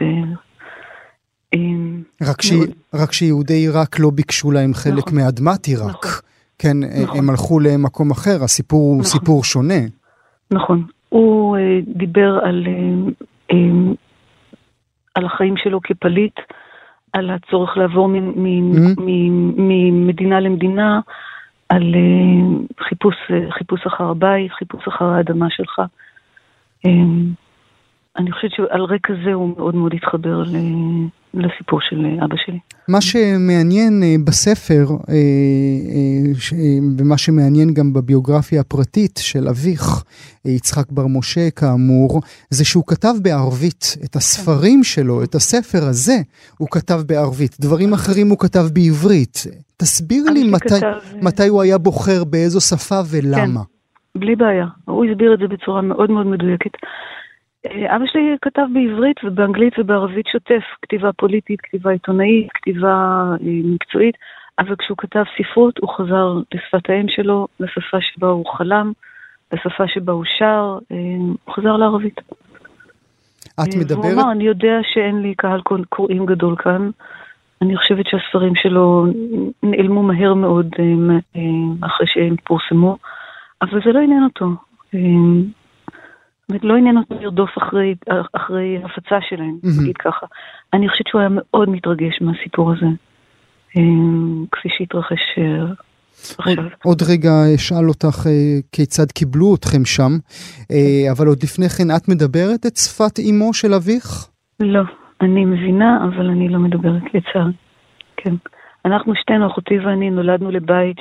רק שיהודי עיראק לא ביקשו להם חלק מאדמת עיראק. כן, הם הלכו למקום אחר, הסיפור הוא סיפור שונה. נכון. הוא דיבר על החיים שלו כפליט, על הצורך לעבור ממדינה למדינה, על חיפוש אחר הבית, חיפוש אחר האדמה שלך. אני חושבת שעל רקע זה הוא מאוד מאוד התחבר לסיפור של אבא שלי. מה שמעניין בספר, ומה שמעניין גם בביוגרפיה הפרטית של אביך, יצחק בר משה כאמור, זה שהוא כתב בערבית את הספרים שלו, את הספר הזה הוא כתב בערבית, דברים אחרים הוא כתב בעברית. תסביר לי מתי הוא היה בוחר באיזו שפה ולמה. כן, בלי בעיה. הוא הסביר את זה בצורה מאוד מאוד מדויקת. אבא שלי כתב בעברית ובאנגלית ובערבית שוטף, כתיבה פוליטית, כתיבה עיתונאית, כתיבה מקצועית, אבל כשהוא כתב ספרות הוא חזר לשפת האם שלו, לשפה שבה הוא חלם, לשפה שבה הוא שר, הוא חזר לערבית. את מדברת? הוא אמר, אני יודע שאין לי קהל קוראים גדול כאן, אני חושבת שהספרים שלו נעלמו מהר מאוד אחרי שהם פורסמו, אבל זה לא עניין אותו. לא עניין אותו לרדוף אחרי הפצה שלהם, נגיד ככה. אני חושבת שהוא היה מאוד מתרגש מהסיפור הזה, כפי שהתרחש עכשיו. עוד רגע אשאל אותך כיצד קיבלו אתכם שם, אבל עוד לפני כן את מדברת את שפת אמו של אביך? לא, אני מבינה, אבל אני לא מדברת לצערי. כן. אנחנו שתינו, אחותי ואני, נולדנו לבית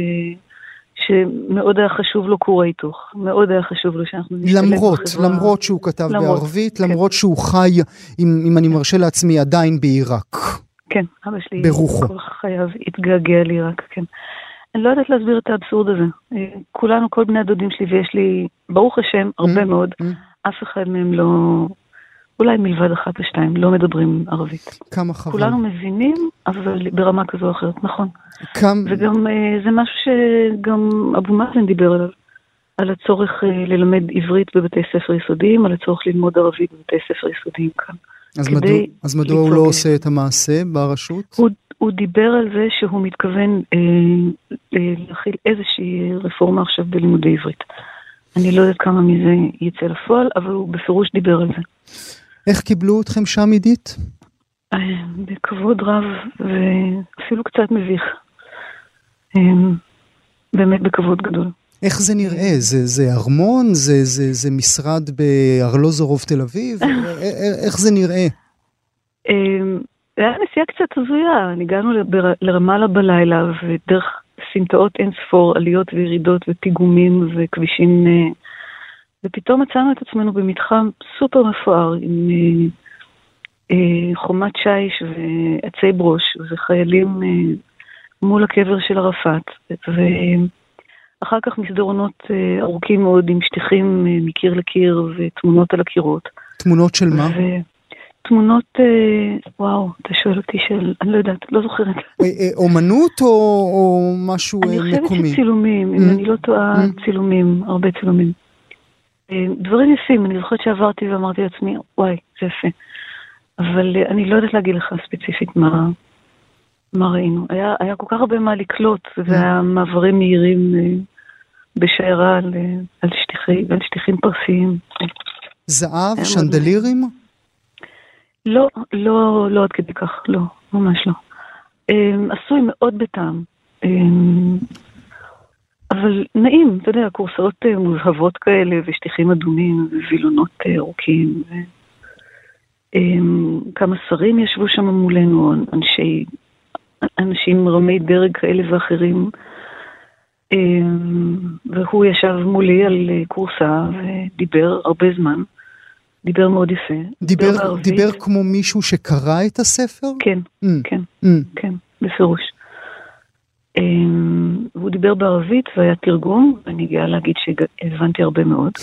שמאוד היה חשוב לו קורא היתוך, מאוד היה חשוב לו שאנחנו נשתלב בחברה. למרות שהוא כתב בערבית, למרות שהוא חי, אם אני מרשה לעצמי, עדיין בעיראק. כן, אבא שלי ברוחו. כל חייו התגעגע לעיראק, כן. אני לא יודעת להסביר את האבסורד הזה. כולנו, כל בני הדודים שלי, ויש לי, ברוך השם, הרבה מאוד, אף אחד מהם לא, אולי מלבד אחת או שתיים, לא מדברים ערבית. כמה חבל. כולנו מבינים, אבל ברמה כזו או אחרת, נכון. וגם זה משהו שגם אבו מאזן דיבר עליו, על הצורך ללמד עברית בבתי ספר יסודיים, על הצורך ללמוד ערבית בבתי ספר יסודיים כאן. אז מדוע הוא לא עושה את המעשה ברשות? הוא דיבר על זה שהוא מתכוון להכיל איזושהי רפורמה עכשיו בלימודי עברית. אני לא יודעת כמה מזה יצא לפועל, אבל הוא בפירוש דיבר על זה. איך קיבלו אתכם שם, עידית? בכבוד רב, ואפילו קצת מביך. באמת בכבוד גדול. איך זה נראה? זה ארמון? זה משרד בארלוזורוב תל אביב? איך זה נראה? היה נסיעה קצת הזויה. הגענו לרמאללה בלילה, ודרך סמטאות אין ספור, עליות וירידות ופיגומים וכבישים, ופתאום מצאנו את עצמנו במתחם סופר מפואר, עם חומת שיש ועצי ברוש, וחיילים מול הקבר של ערפאת, ואחר כך מסדרונות ארוכים מאוד עם שטיחים מקיר לקיר ותמונות על הקירות. תמונות של מה? תמונות, וואו, אתה שואל אותי אני לא יודעת, לא זוכרת. אומנות או משהו מקומי? אני חושבת שצילומים, אם אני לא טועה, צילומים, הרבה צילומים. דברים יפים, אני זוכרת שעברתי ואמרתי לעצמי, וואי, זה יפה. אבל אני לא יודעת להגיד לך ספציפית מה ראינו. היה כל כך הרבה מה לקלוט, והמעברים מהירים בשיירה על שטיחים פרסיים. זהב, שנדלירים? לא עד כדי כך, לא, ממש לא. עשוי מאוד בטעם. אבל נעים, אתה יודע, קורסאות מוזהבות כאלה, ושטיחים אדומים, ווילונות ארוכים, כמה שרים ישבו שם מולנו, אנשים רמי דרג כאלה ואחרים, והוא ישב מולי על קורסה, ודיבר הרבה זמן, דיבר מאוד יפה. דיבר כמו מישהו שקרא את הספר? כן, כן, בפירוש. הוא דיבר בערבית והיה תרגום, ואני גאה להגיד שהבנתי הרבה מאוד.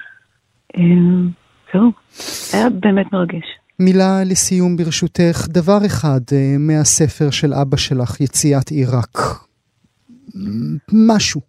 זהו, היה באמת מרגש. מילה לסיום ברשותך, דבר אחד מהספר של אבא שלך, יציאת עיראק. משהו.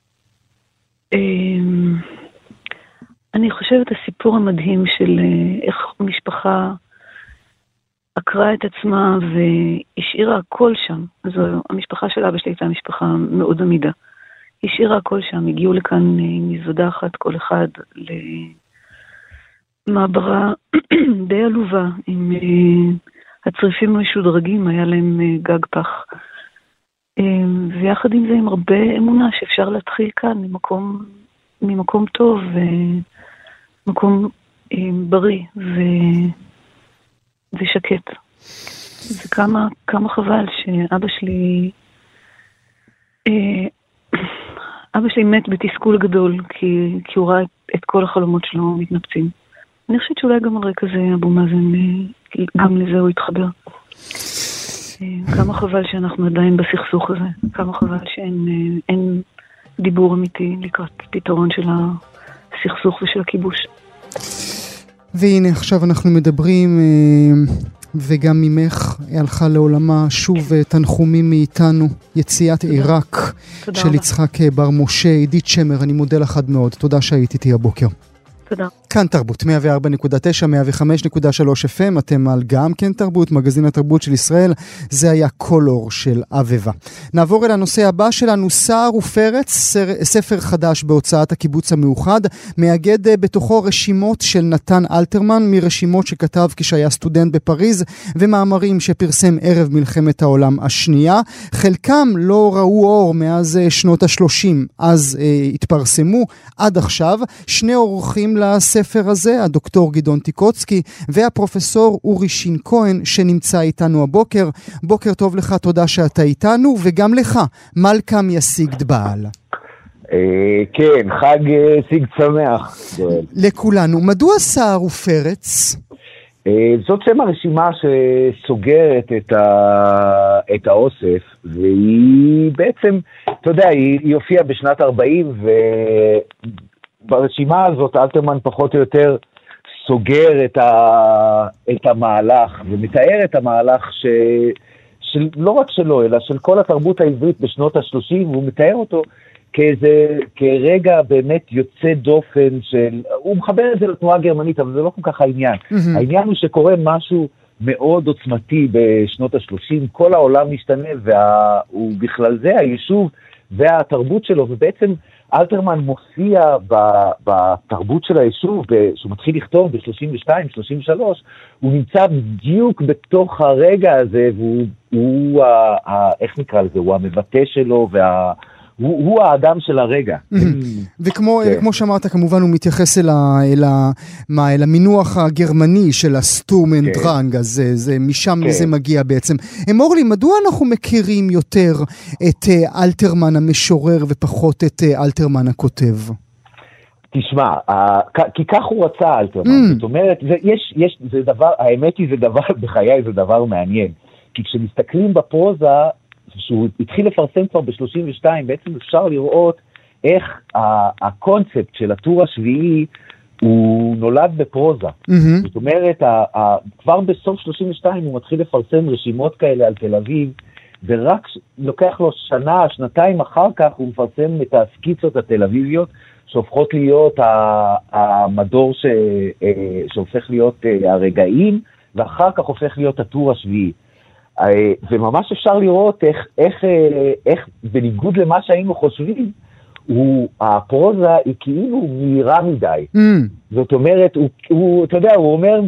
אני חושבת הסיפור המדהים של איך משפחה עקרה את עצמה והשאירה הכל שם. אז המשפחה של אבא שלי הייתה משפחה מאוד עמידה. השאירה הכל שם, הגיעו לכאן עם מזוודה אחת, כל אחד למעברה די עלובה, עם הצריפים המשודרגים, היה להם גג פח. ויחד עם זה עם הרבה אמונה שאפשר להתחיל כאן ממקום טוב ומקום בריא ושקט. וכמה חבל שאבא שלי מת בתסכול גדול, כי הוא ראה את כל החלומות שלו מתנפצים. אני חושבת שאולי גם על רקע זה אבו מאזן, גם לזה הוא התחבר. כמה חבל שאנחנו עדיין בסכסוך הזה, כמה חבל שאין דיבור אמיתי לקראת פתרון של הסכסוך ושל הכיבוש. והנה עכשיו אנחנו מדברים, וגם ממך הלכה לעולמה שוב תנחומים מאיתנו, יציאת עיראק של יצחק בר משה. עידית שמר, אני מודה לך עד מאוד, תודה שהיית איתי הבוקר. תודה. כאן תרבות, 104.9, 105.3 FM, אתם על גם כן תרבות, מגזין התרבות של ישראל, זה היה קולור של אבבה. נעבור אל הנושא הבא שלנו, סער ופרץ, ספר חדש בהוצאת הקיבוץ המאוחד, מאגד בתוכו רשימות של נתן אלתרמן, מרשימות שכתב כשהיה סטודנט בפריז, ומאמרים שפרסם ערב מלחמת העולם השנייה. חלקם לא ראו אור מאז שנות ה-30, אז התפרסמו עד עכשיו. שני אורחים לספר הזה, הדוקטור גדעון טיקוצקי והפרופסור אורי שין כהן שנמצא איתנו הבוקר. בוקר טוב לך, תודה שאתה איתנו, וגם לך, מלכם יסיגד בעל. כן, חג סיגד שמח. לכולנו. מדוע סער ופרץ? זאת שם הרשימה שסוגרת את האוסף, והיא בעצם, אתה יודע, היא הופיעה בשנת 40, ברשימה הזאת אלתרמן פחות או יותר סוגר את המהלך ומתאר את המהלך לא רק שלו אלא של כל התרבות העברית בשנות ה-30, והוא מתאר אותו כרגע באמת יוצא דופן הוא מחבר את זה לתנועה הגרמנית, אבל זה לא כל כך העניין. העניין הוא שקורה משהו מאוד עוצמתי בשנות ה-30, כל העולם משתנה, ובכלל זה היישוב והתרבות שלו, ובעצם אלתרמן מופיע בתרבות של היישוב, שהוא מתחיל לכתוב ב-32, 33, הוא נמצא בדיוק בתוך הרגע הזה, והוא, איך נקרא לזה, הוא המבטא שלו, הוא האדם של הרגע. וכמו שאמרת, כמובן הוא מתייחס אל המינוח הגרמני של הסטורמן דרנג, אז משם זה מגיע בעצם. אמור לי, מדוע אנחנו מכירים יותר את אלתרמן המשורר ופחות את אלתרמן הכותב? תשמע, כי כך הוא רצה אלתרמן. זאת אומרת, זה דבר, האמת היא, זה דבר, בחיי זה דבר מעניין. כי כשמסתכלים בפרוזה, שהוא התחיל לפרסם כבר ב-32, בעצם אפשר לראות איך הקונספט של הטור השביעי הוא נולד בפרוזה. זאת אומרת, כבר בסוף 32 הוא מתחיל לפרסם רשימות כאלה על תל אביב, ורק לוקח לו שנה, שנתיים אחר כך הוא מפרסם את הסקיצות התל אביביות, שהופכות להיות המדור שהופך להיות הרגעים, ואחר כך הופך להיות הטור השביעי. וממש אפשר לראות איך בניגוד למה שהיינו חושבים, הפרוזה היא כאילו מהירה מדי. זאת אומרת, אתה יודע, הוא אומר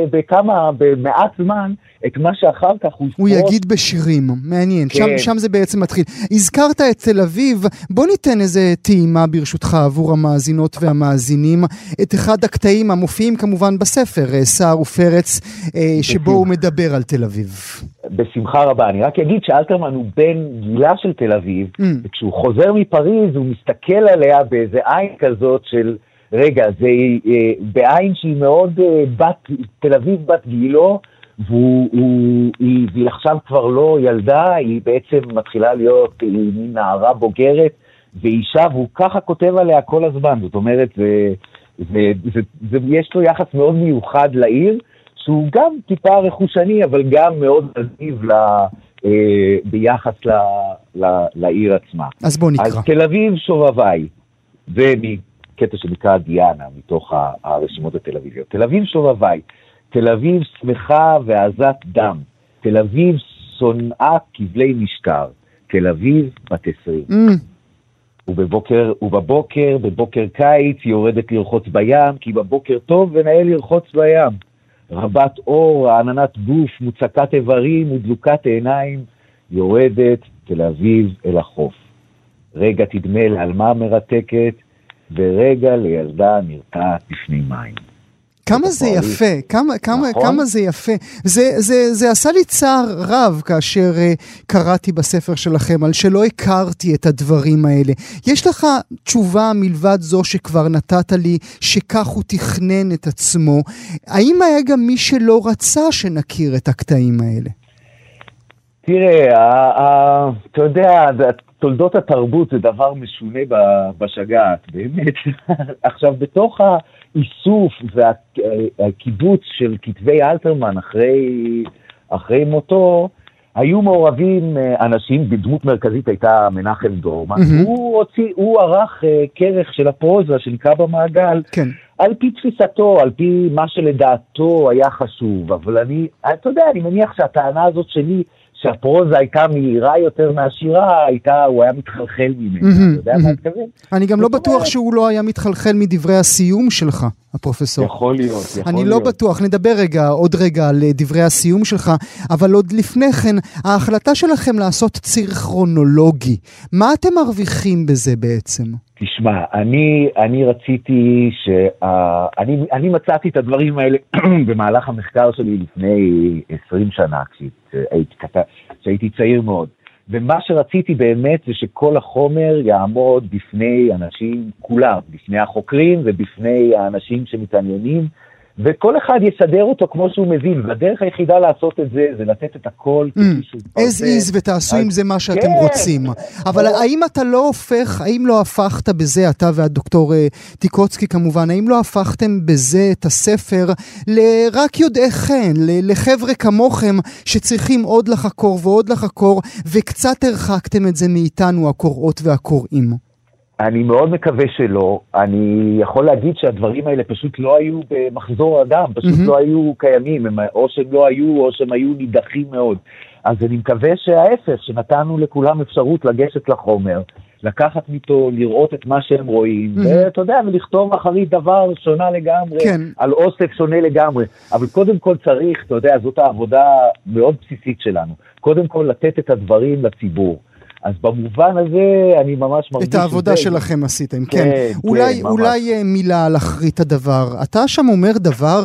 במעט זמן, את מה שאחר כך הוא יגיד בשירים, מעניין, שם זה בעצם מתחיל. הזכרת את תל אביב, בוא ניתן איזה טעימה ברשותך עבור המאזינות והמאזינים, את אחד הקטעים המופיעים כמובן בספר, סער ופרץ, שבו הוא מדבר על תל אביב. בשמחה רבה, אני רק אגיד שאלתרמן הוא בן גילה של תל אביב, וכשהוא חוזר מפריז הוא מסתכל עליה באיזה עין כזאת של, רגע, זה בעין שהיא מאוד תל אביב בת גילו, והיא עכשיו כבר לא ילדה, היא בעצם מתחילה להיות מין נערה בוגרת ואישה, והוא ככה כותב עליה כל הזמן. זאת אומרת, יש לו יחס מאוד מיוחד לעיר, שהוא גם טיפה רכושני, אבל גם מאוד עזיב ביחס לעיר עצמה. אז בוא נקרא. אז תל אביב שובביי, זה מקטע שנקרא דיאנה, מתוך הרשימות התל אביביות. תל אביב שובביי, תל אביב שמחה ועזת דם, תל אביב שונאה כבלי משטר, תל אביב בת 20. בבוקר קיץ היא יורדת לרחוץ בים, כי בבוקר טוב ונהל לרחוץ בים. רבת אור, העננת גוף, מוצקת איברים ודלוקת עיניים, יורדת תל אביב אל החוף. רגע תדמה לעלמה מרתקת, ורגע לילדה נרתעת בפני מים. כמה זה יפה, כמה זה יפה. זה עשה לי צער רב כאשר קראתי בספר שלכם על שלא הכרתי את הדברים האלה. יש לך תשובה מלבד זו שכבר נתת לי, שכך הוא תכנן את עצמו? האם היה גם מי שלא רצה שנכיר את הקטעים האלה? תראה, אתה יודע, תולדות התרבות זה דבר משונה בשגעת, באמת. עכשיו, בתוך האיסוף והקיבוץ של כתבי אלתרמן אחרי מותו, היו מעורבים אנשים, בדמות מרכזית הייתה מנחם דורמן, הוא ערך כרך של הפרוזה שנקרא במעגל, כן. על פי תפיסתו, על פי מה שלדעתו היה חשוב, אבל אתה יודע, אני מניח שהטענה הזאת שלי, שהפרוזה הייתה מהירה יותר מהשירה, הוא היה מתחלחל ממנה. אתה יודע מה התכוון? אני גם לא בטוח שהוא לא היה מתחלחל מדברי הסיום שלך, הפרופסור. יכול להיות. אני לא בטוח. נדבר עוד רגע על דברי הסיום שלך, אבל עוד לפני כן, ההחלטה שלכם לעשות ציר כרונולוגי, מה אתם מרוויחים בזה בעצם? תשמע, אני רציתי אני מצאתי את הדברים האלה במהלך המחקר שלי לפני 20 שנה, כשהייתי צעיר מאוד. ומה שרציתי באמת זה שכל החומר יעמוד בפני אנשים כולם, בפני החוקרים ובפני האנשים שמתעניינים, וכל אחד יסדר אותו כמו שהוא מבין, והדרך היחידה לעשות את זה, זה לתת את הכל. as is ותעשו עם זה מה שאתם רוצים. אבל האם לא הפכת בזה, אתה והדוקטור טיקוצקי כמובן, האם לא הפכתם בזה את הספר לרק יודעי חן, לחבר'ה כמוכם שצריכים עוד לחקור ועוד לחקור, וקצת הרחקתם את זה מאיתנו, הקוראות והקוראים? אני מאוד מקווה שלא. אני יכול להגיד שהדברים האלה פשוט לא היו במחזור אדם, פשוט לא היו קיימים, או שהם לא היו, או שהם היו נידחים מאוד. אז אני מקווה שההפך, שנתנו לכולם אפשרות לגשת לחומר, לקחת איתו, לראות את מה שהם רואים, ואתה יודע, ולכתוב אחרית דבר שונה לגמרי, על אוסף שונה לגמרי. אבל קודם כל צריך, אתה יודע, זאת העבודה מאוד בסיסית שלנו. קודם כל לתת את הדברים לציבור. אז במובן הזה אני ממש מרגיש... את העבודה שלכם עשיתם, כן. אולי מילה על אחרית הדבר. אתה שם אומר דבר,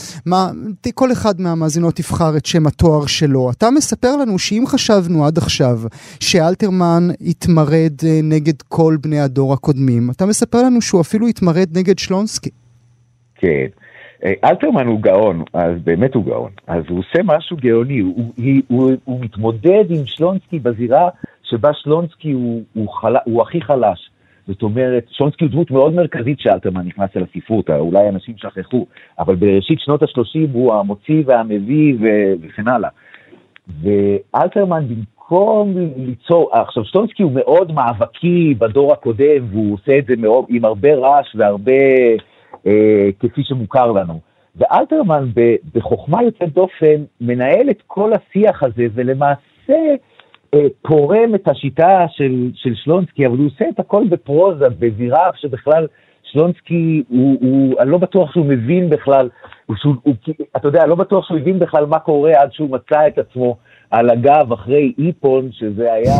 כל אחד מהמאזינות תבחר את שם התואר שלו. אתה מספר לנו שאם חשבנו עד עכשיו שאלתרמן התמרד נגד כל בני הדור הקודמים, אתה מספר לנו שהוא אפילו התמרד נגד שלונסקי. כן. אלתרמן הוא גאון, אז באמת הוא גאון. אז הוא עושה משהו גאוני, הוא מתמודד עם שלונסקי בזירה שבה שלונסקי הוא הכי חלש. זאת אומרת, שלונסקי הוא דמות מאוד מרכזית שאלתרמן נכנס אל הספרות, אולי אנשים שכחו, אבל בראשית שנות ה-30 הוא המוציא והמביא וכן הלאה. ואלתרמן במקום ליצור, עכשיו שלונסקי הוא מאוד מאבקי בדור הקודם, והוא עושה את זה מאוד, עם הרבה רעש והרבה כפי שמוכר לנו. ואלתרמן בחוכמה יוצאת דופן מנהל את כל השיח הזה, ולמעשה פורם את השיטה של שלונסקי, אבל הוא עושה את הכל בפרוזה, בזירה שבכלל שלונסקי, אני לא בטוח שהוא מבין בכלל, אתה יודע, לא בטוח שהוא הבין בכלל מה קורה עד שהוא מצא את עצמו על הגב אחרי איפון, שזה היה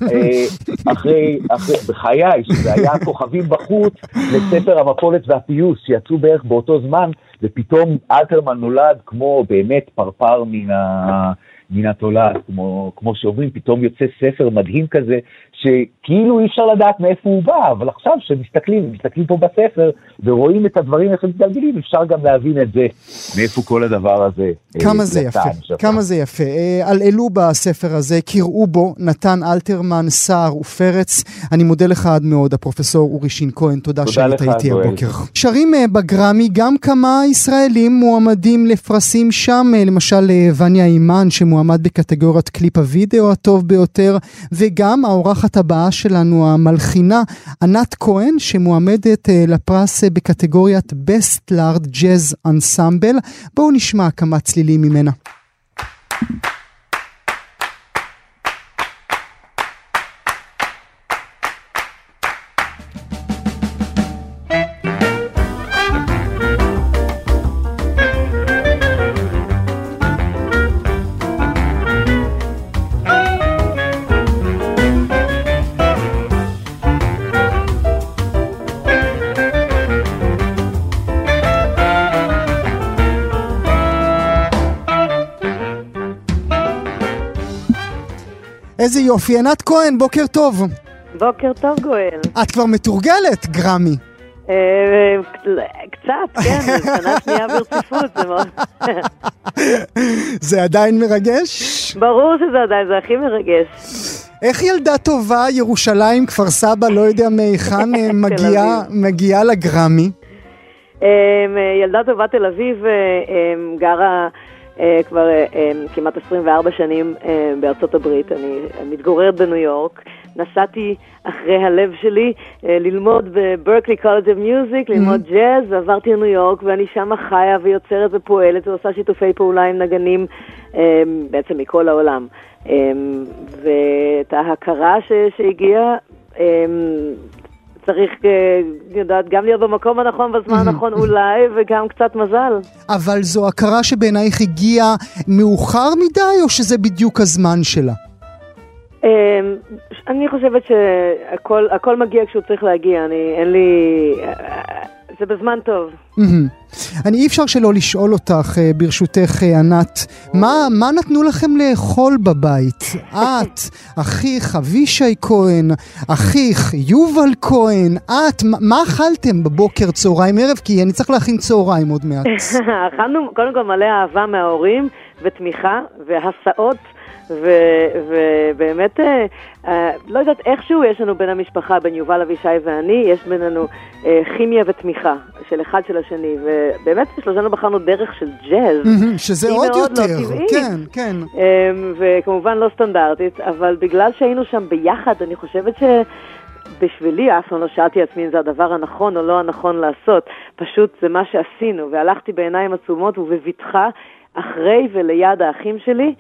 בחיי, שזה היה כוכבים בחוץ לספר המפולת והפיוס, שיצאו בערך באותו זמן, ופתאום אלתרמן נולד כמו באמת פרפר מן התולעת, כמו שאומרים, פתאום יוצא ספר מדהים כזה, שכאילו אי אפשר לדעת מאיפה הוא בא, אבל עכשיו שמסתכלים פה בספר, ורואים את הדברים איך הם מתגלגלים, אפשר גם להבין את זה, מאיפה כל הדבר הזה. כמה זה יפה. אלעלו בספר הזה, קראו בו נתן אלתרמן, סער ופרץ. אני מודה לך עד מאוד, הפרופסור אורי שין כהן, תודה שהיית איתי הבוקר. שרים בגרמי, גם כמה ישראלים מועמדים לפרסים שם, למשל וניה אימן, שמועמד בקטגוריית קליפ הוידאו הטוב ביותר, וגם האורחת הבאה שלנו, המלחינה, ענת כהן, שמועמדת לפרס בקטגוריית Best Lard Jazz Ensemble. בואו נשמע כמה צלילים ממנה. איזה יופי. ענת כהן, בוקר טוב. בוקר טוב גואל. את כבר מתורגלת, גרמי. קצת, כן, זה שנה שנייה ברציפות, זה מאוד... זה עדיין מרגש? ברור שזה עדיין, זה הכי מרגש. איך ילדה טובה, ירושלים, כפר סבא, לא יודע מהיכן, מגיעה לגרמי? ילדה טובה תל אביב גרה כבר כמעט 24 שנים בארצות הברית. אני מתגוררת בניו יורק. נסעתי אחרי הלב שלי ללמוד בברקלי קולג' אוף מיוזיק, ללמוד ג'אז, ועברתי לניו יורק, ואני שמה חיה ויוצרת ופועלת ועושה שיתופי פעולה עם נגנים בעצם מכל העולם. ואת ההכרה שהגיעה צריך, יודעת, גם להיות במקום הנכון בזמן הנכון אולי, וגם קצת מזל. אבל זו הכרה שבעינייך הגיעה מאוחר מדי, או שזה בדיוק הזמן שלה? אני חושבת שהכל מגיע כשהוא צריך להגיע. אין לי... זה בזמן טוב. אי אפשר שלא לשאול אותך, ברשותך ענת, מה נתנו לכם לאכול בבית? את, אחיך אבישי כהן, אחיך יובל כהן, את, מה אכלתם בבוקר, צהריים, ערב? כי אני צריך להכין צהריים עוד מעט. אכלנו קודם כל מלא אהבה מההורים ותמיכה והסעות, ובאמת לא יודעת איכשהו יש לנו בין המשפחה, בין יובל אבישי ואני, יש בינינו כימיה ותמיכה של אחד של השני, ובאמת שלושנו בחרנו דרך של ג'אז, שזה עוד יותר, כן, כן, וכמובן לא סטנדרטית, אבל בגלל שהיינו שם ביחד, אני חושבת בשבילי אף פעם לא שאלתי עצמי אם זה הדבר הנכון או לא הנכון לעשות, פשוט זה מה שעשינו, והלכתי בעיניים עצומות ובבטחה אחרי וליד האחים שלי,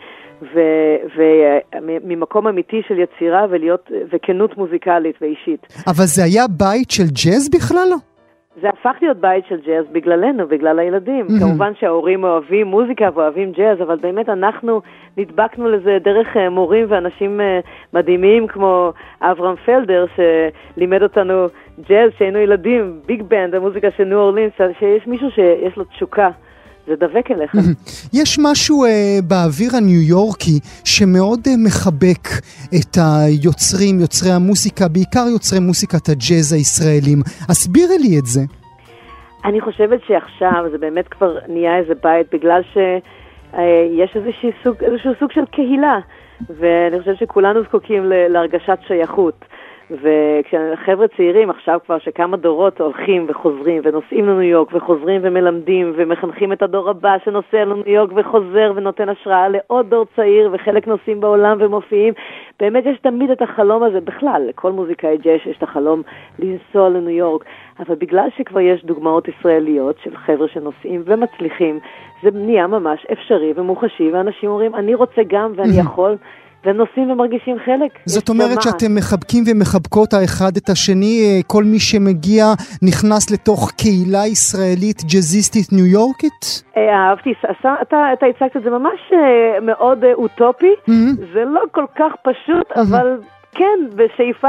וממקום אמיתי של יצירה וכנות מוזיקלית ואישית. אבל זה היה בית של ג'אז בכלל? זה הפך להיות בית של ג'אז בגללנו, בגלל הילדים. כמובן שההורים אוהבים מוזיקה ואוהבים ג'אז, אבל באמת אנחנו נדבקנו לזה דרך מורים ואנשים מדהימים כמו אברהם פלדר, שלימד אותנו ג'אז שהיינו ילדים, ביג בנד, המוזיקה של ניו אורלינס, שיש מישהו שיש לו תשוקה. זה דבק אליך. יש משהו באוויר הניו יורקי שמאוד מחבק את היוצרים, יוצרי המוסיקה, בעיקר יוצרי מוסיקת הג'אז הישראלים. הסבירי לי את זה. אני חושבת שעכשיו זה באמת כבר נהיה איזה בית, בגלל שיש איזשהו סוג של קהילה, ואני חושבת שכולנו זקוקים להרגשת שייכות. וכשחבר'ה צעירים עכשיו כבר שכמה דורות הולכים וחוזרים ונוסעים לניו יורק וחוזרים ומלמדים ומחנכים את הדור הבא שנוסע לניו יורק וחוזר ונותן השראה לעוד דור צעיר, וחלק נוסעים בעולם ומופיעים, באמת יש תמיד את החלום הזה בכלל, לכל מוזיקאי ג'אז יש את החלום לנסוע לניו יורק, אבל בגלל שכבר יש דוגמאות ישראליות של חבר'ה שנוסעים ומצליחים, זה נהיה ממש אפשרי ומוחשי, ואנשים אומרים אני רוצה גם ואני יכול, והם נוסעים ומרגישים חלק. זאת אומרת שאתם מחבקים ומחבקות האחד את השני, כל מי שמגיע נכנס לתוך קהילה ישראלית ג'אזיסטית ניו יורקית? אהבתי, אתה הצגת את זה ממש מאוד אוטופי, זה לא כל כך פשוט, אבל כן, בשאיפה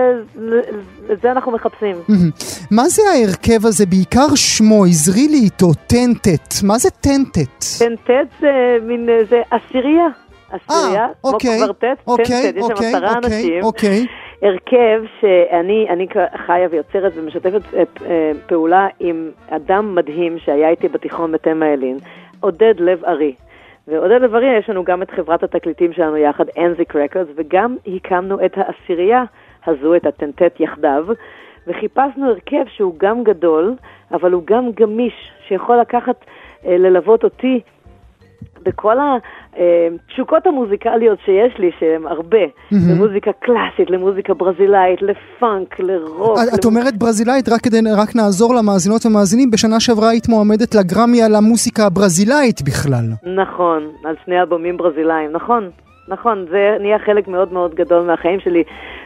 זה אנחנו מחפשים. מה זה ההרכב הזה? בעיקר שמו, עזרי לי איתו, טנטט. מה זה טנטט? טנטט זה מין, זה עשירייה. עשירייה, כמו קוורטט, טנטט, יש שם 10 אנשים, הרכב שאני חיה ויוצרת ומשתפת פעולה עם אדם מדהים שהיה איתי בתיכון בתמה אלין, עודד לב ארי. ועודד לב ארי יש לנו גם את חברת התקליטים שלנו יחד, אנזיק רקורדס, וגם הקמנו את העשירייה הזו, את הטנטט יחדיו, וחיפשנו הרכב שהוא גם גדול, אבל הוא גם גמיש, שיכול לקחת, ללוות אותי, בכל התשוקות המוזיקליות שיש לי, שהן הרבה, למוזיקה קלאסית, למוזיקה ברזילאית, לפאנק, לרוק. את אומרת ברזילאית, רק נעזור למאזינות ומאזינים, בשנה שעברה היית מועמדת לגרמי על המוסיקה הברזילאית בכלל. נכון, על 2 אלבומים ברזילאיים, נכון, זה נהיה חלק מאוד מאוד גדול מהחיים שלי,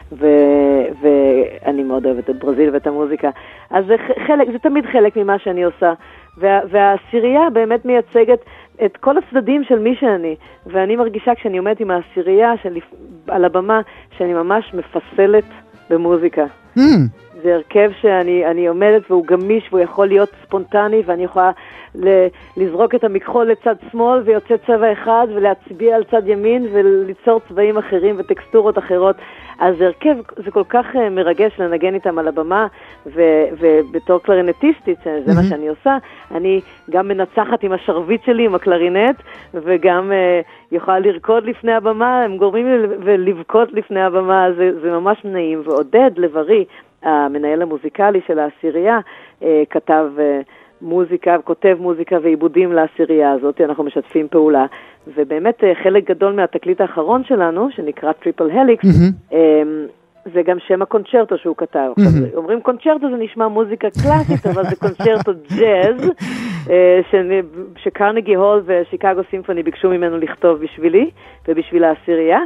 ואני מאוד אוהבת את ברזיל ואת המוזיקה. אז זה תמיד חלק ממה שאני עושה, והעשירייה באמת מייצגת את כל הצדדים של מי שאני, ואני מרגישה כשאני עומדת עם העשירייה על הבמה, שאני ממש מפסלת במוזיקה. זה הרכב שאני עומדת והוא גמיש והוא יכול להיות ספונטני, ואני יכולה לזרוק את המכחול לצד שמאל ויוצא צבע אחד ולהצביע על צד ימין וליצור צבעים אחרים וטקסטורות אחרות. אז הרכב זה כל כך מרגש לנגן איתם על הבמה, ובתור קלרינטיסטית, זה מה שאני עושה, אני גם מנצחת עם השרביט שלי, עם הקלרינט, וגם יכולה לרקוד לפני הבמה, הם גורמים לי ולבכות לפני הבמה, זה ממש נעים. ועודד לב-ארי, המנהל המוזיקלי של העשירייה, כתב מוזיקה, כותב מוזיקה ועיבודים לעשירייה הזאת, אנחנו משתפים פעולה, ובאמת חלק גדול מהתקליט האחרון שלנו, שנקרא טריפל הליקס, זה גם שם הקונצ'רטו שהוא כתב. אומרים קונצ'רטו זה נשמע מוזיקה קלאסית, אבל זה קונצ'רטו ג'אז, שקרנגי הול ושיקגו סימפוני ביקשו ממנו לכתוב בשבילי, ובשביל העשירייה,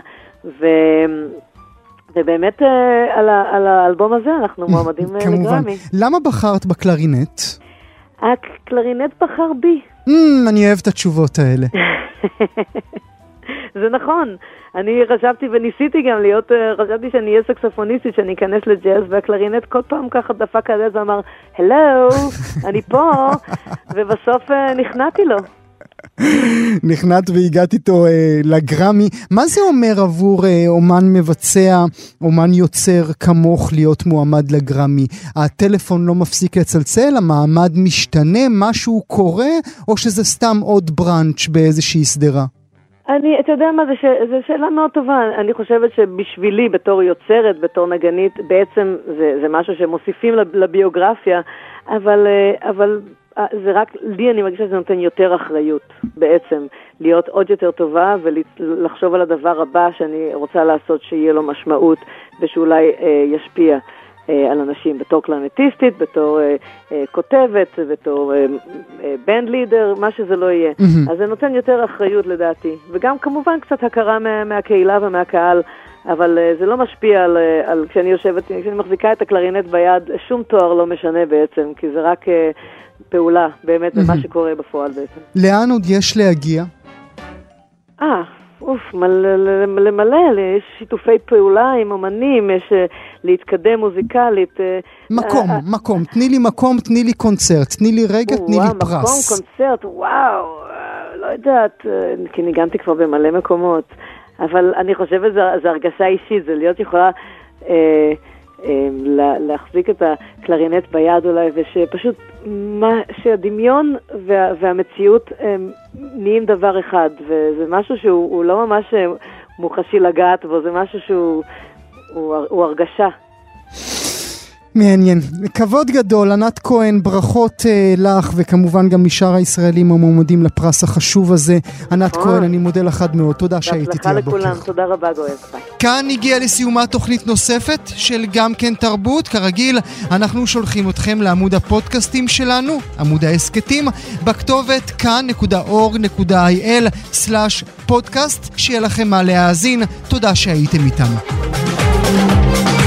ובאמת על האלבום הזה אנחנו מועמדים לגרמי. למה בחרת בקלרינט? הקלרינט בחר בי. אני אוהב את התשובות האלה. זה נכון. אני חשבתי וניסיתי גם להיות, חשבתי שאני אהיה סקסופוניסטית, שאני אכנס לג'אז, והקלרינט כל פעם ככה דפק על זה ואמר, הלו, אני פה, ובסוף נכנעתי לו. נכנעת והגעת איתו לגרמי. מה זה אומר עבור אומן מבצע, אומן יוצר כמוך להיות מועמד לגרמי? הטלפון לא מפסיק לצלצל, המעמד משתנה, משהו קורה, או שזה סתם עוד ברנץ' באיזושהי סדרה? אתה יודע מה, זו שאלה מאוד טובה. אני חושבת שבשבילי, בתור יוצרת, בתור נגנית, בעצם זה משהו שמוסיפים לביוגרפיה, אבל זה רק, לי אני מרגישה שזה נותן יותר אחריות בעצם, להיות עוד יותר טובה ולחשוב על הדבר הבא שאני רוצה לעשות שיהיה לו משמעות ושאולי ישפיע על אנשים, בתור קלרינטיסטית, בתור כותבת, בתור בנד לידר, מה שזה לא יהיה. אז זה נותן יותר אחריות לדעתי, וגם כמובן קצת הכרה מהקהילה ומהקהל, אבל זה לא משפיע על כשאני מחזיקה את הקלרינט ביד, שום תואר לא משנה בעצם, כי זה רק פעולה, באמת, במה שקורה בפועל בעצם. לאן עוד יש להגיע? מלא, יש שיתופי פעולה עם אומנים, יש להתקדם מוזיקלית. מקום, תני לי מקום, תני לי קונצרט, תני לי רגע, תני לי פרס. מקום, קונצרט, וואו, לא יודעת, כי ניגנתי כבר במלא מקומות, אבל אני חושבת זה הרגשה אישית, זה להיות יכולה להחזיק את הקלרינט ביד אולי, ושפשוט שהדמיון והמציאות נהיים דבר אחד, וזה משהו שהוא לא ממש מוחשי לגעת בו, זה משהו שהוא הרגשה. מעניין. כבוד גדול, ענת כהן, ברכות לך, וכמובן גם משאר הישראלים המועמדים לפרס החשוב הזה. ענת כהן, אני מודה לך מאוד, תודה שהייתי איתי הבוקר. לכולם, תודה רבה גואל. כאן הגיעה לסיומה תוכנית נוספת של גם כן תרבות. כרגיל, אנחנו שולחים אתכם לעמוד הפודקאסטים שלנו, עמוד העסקתים, בכתובת כאן.org.il/podcast. שיהיה לכם מה להאזין, תודה שהייתם איתנו.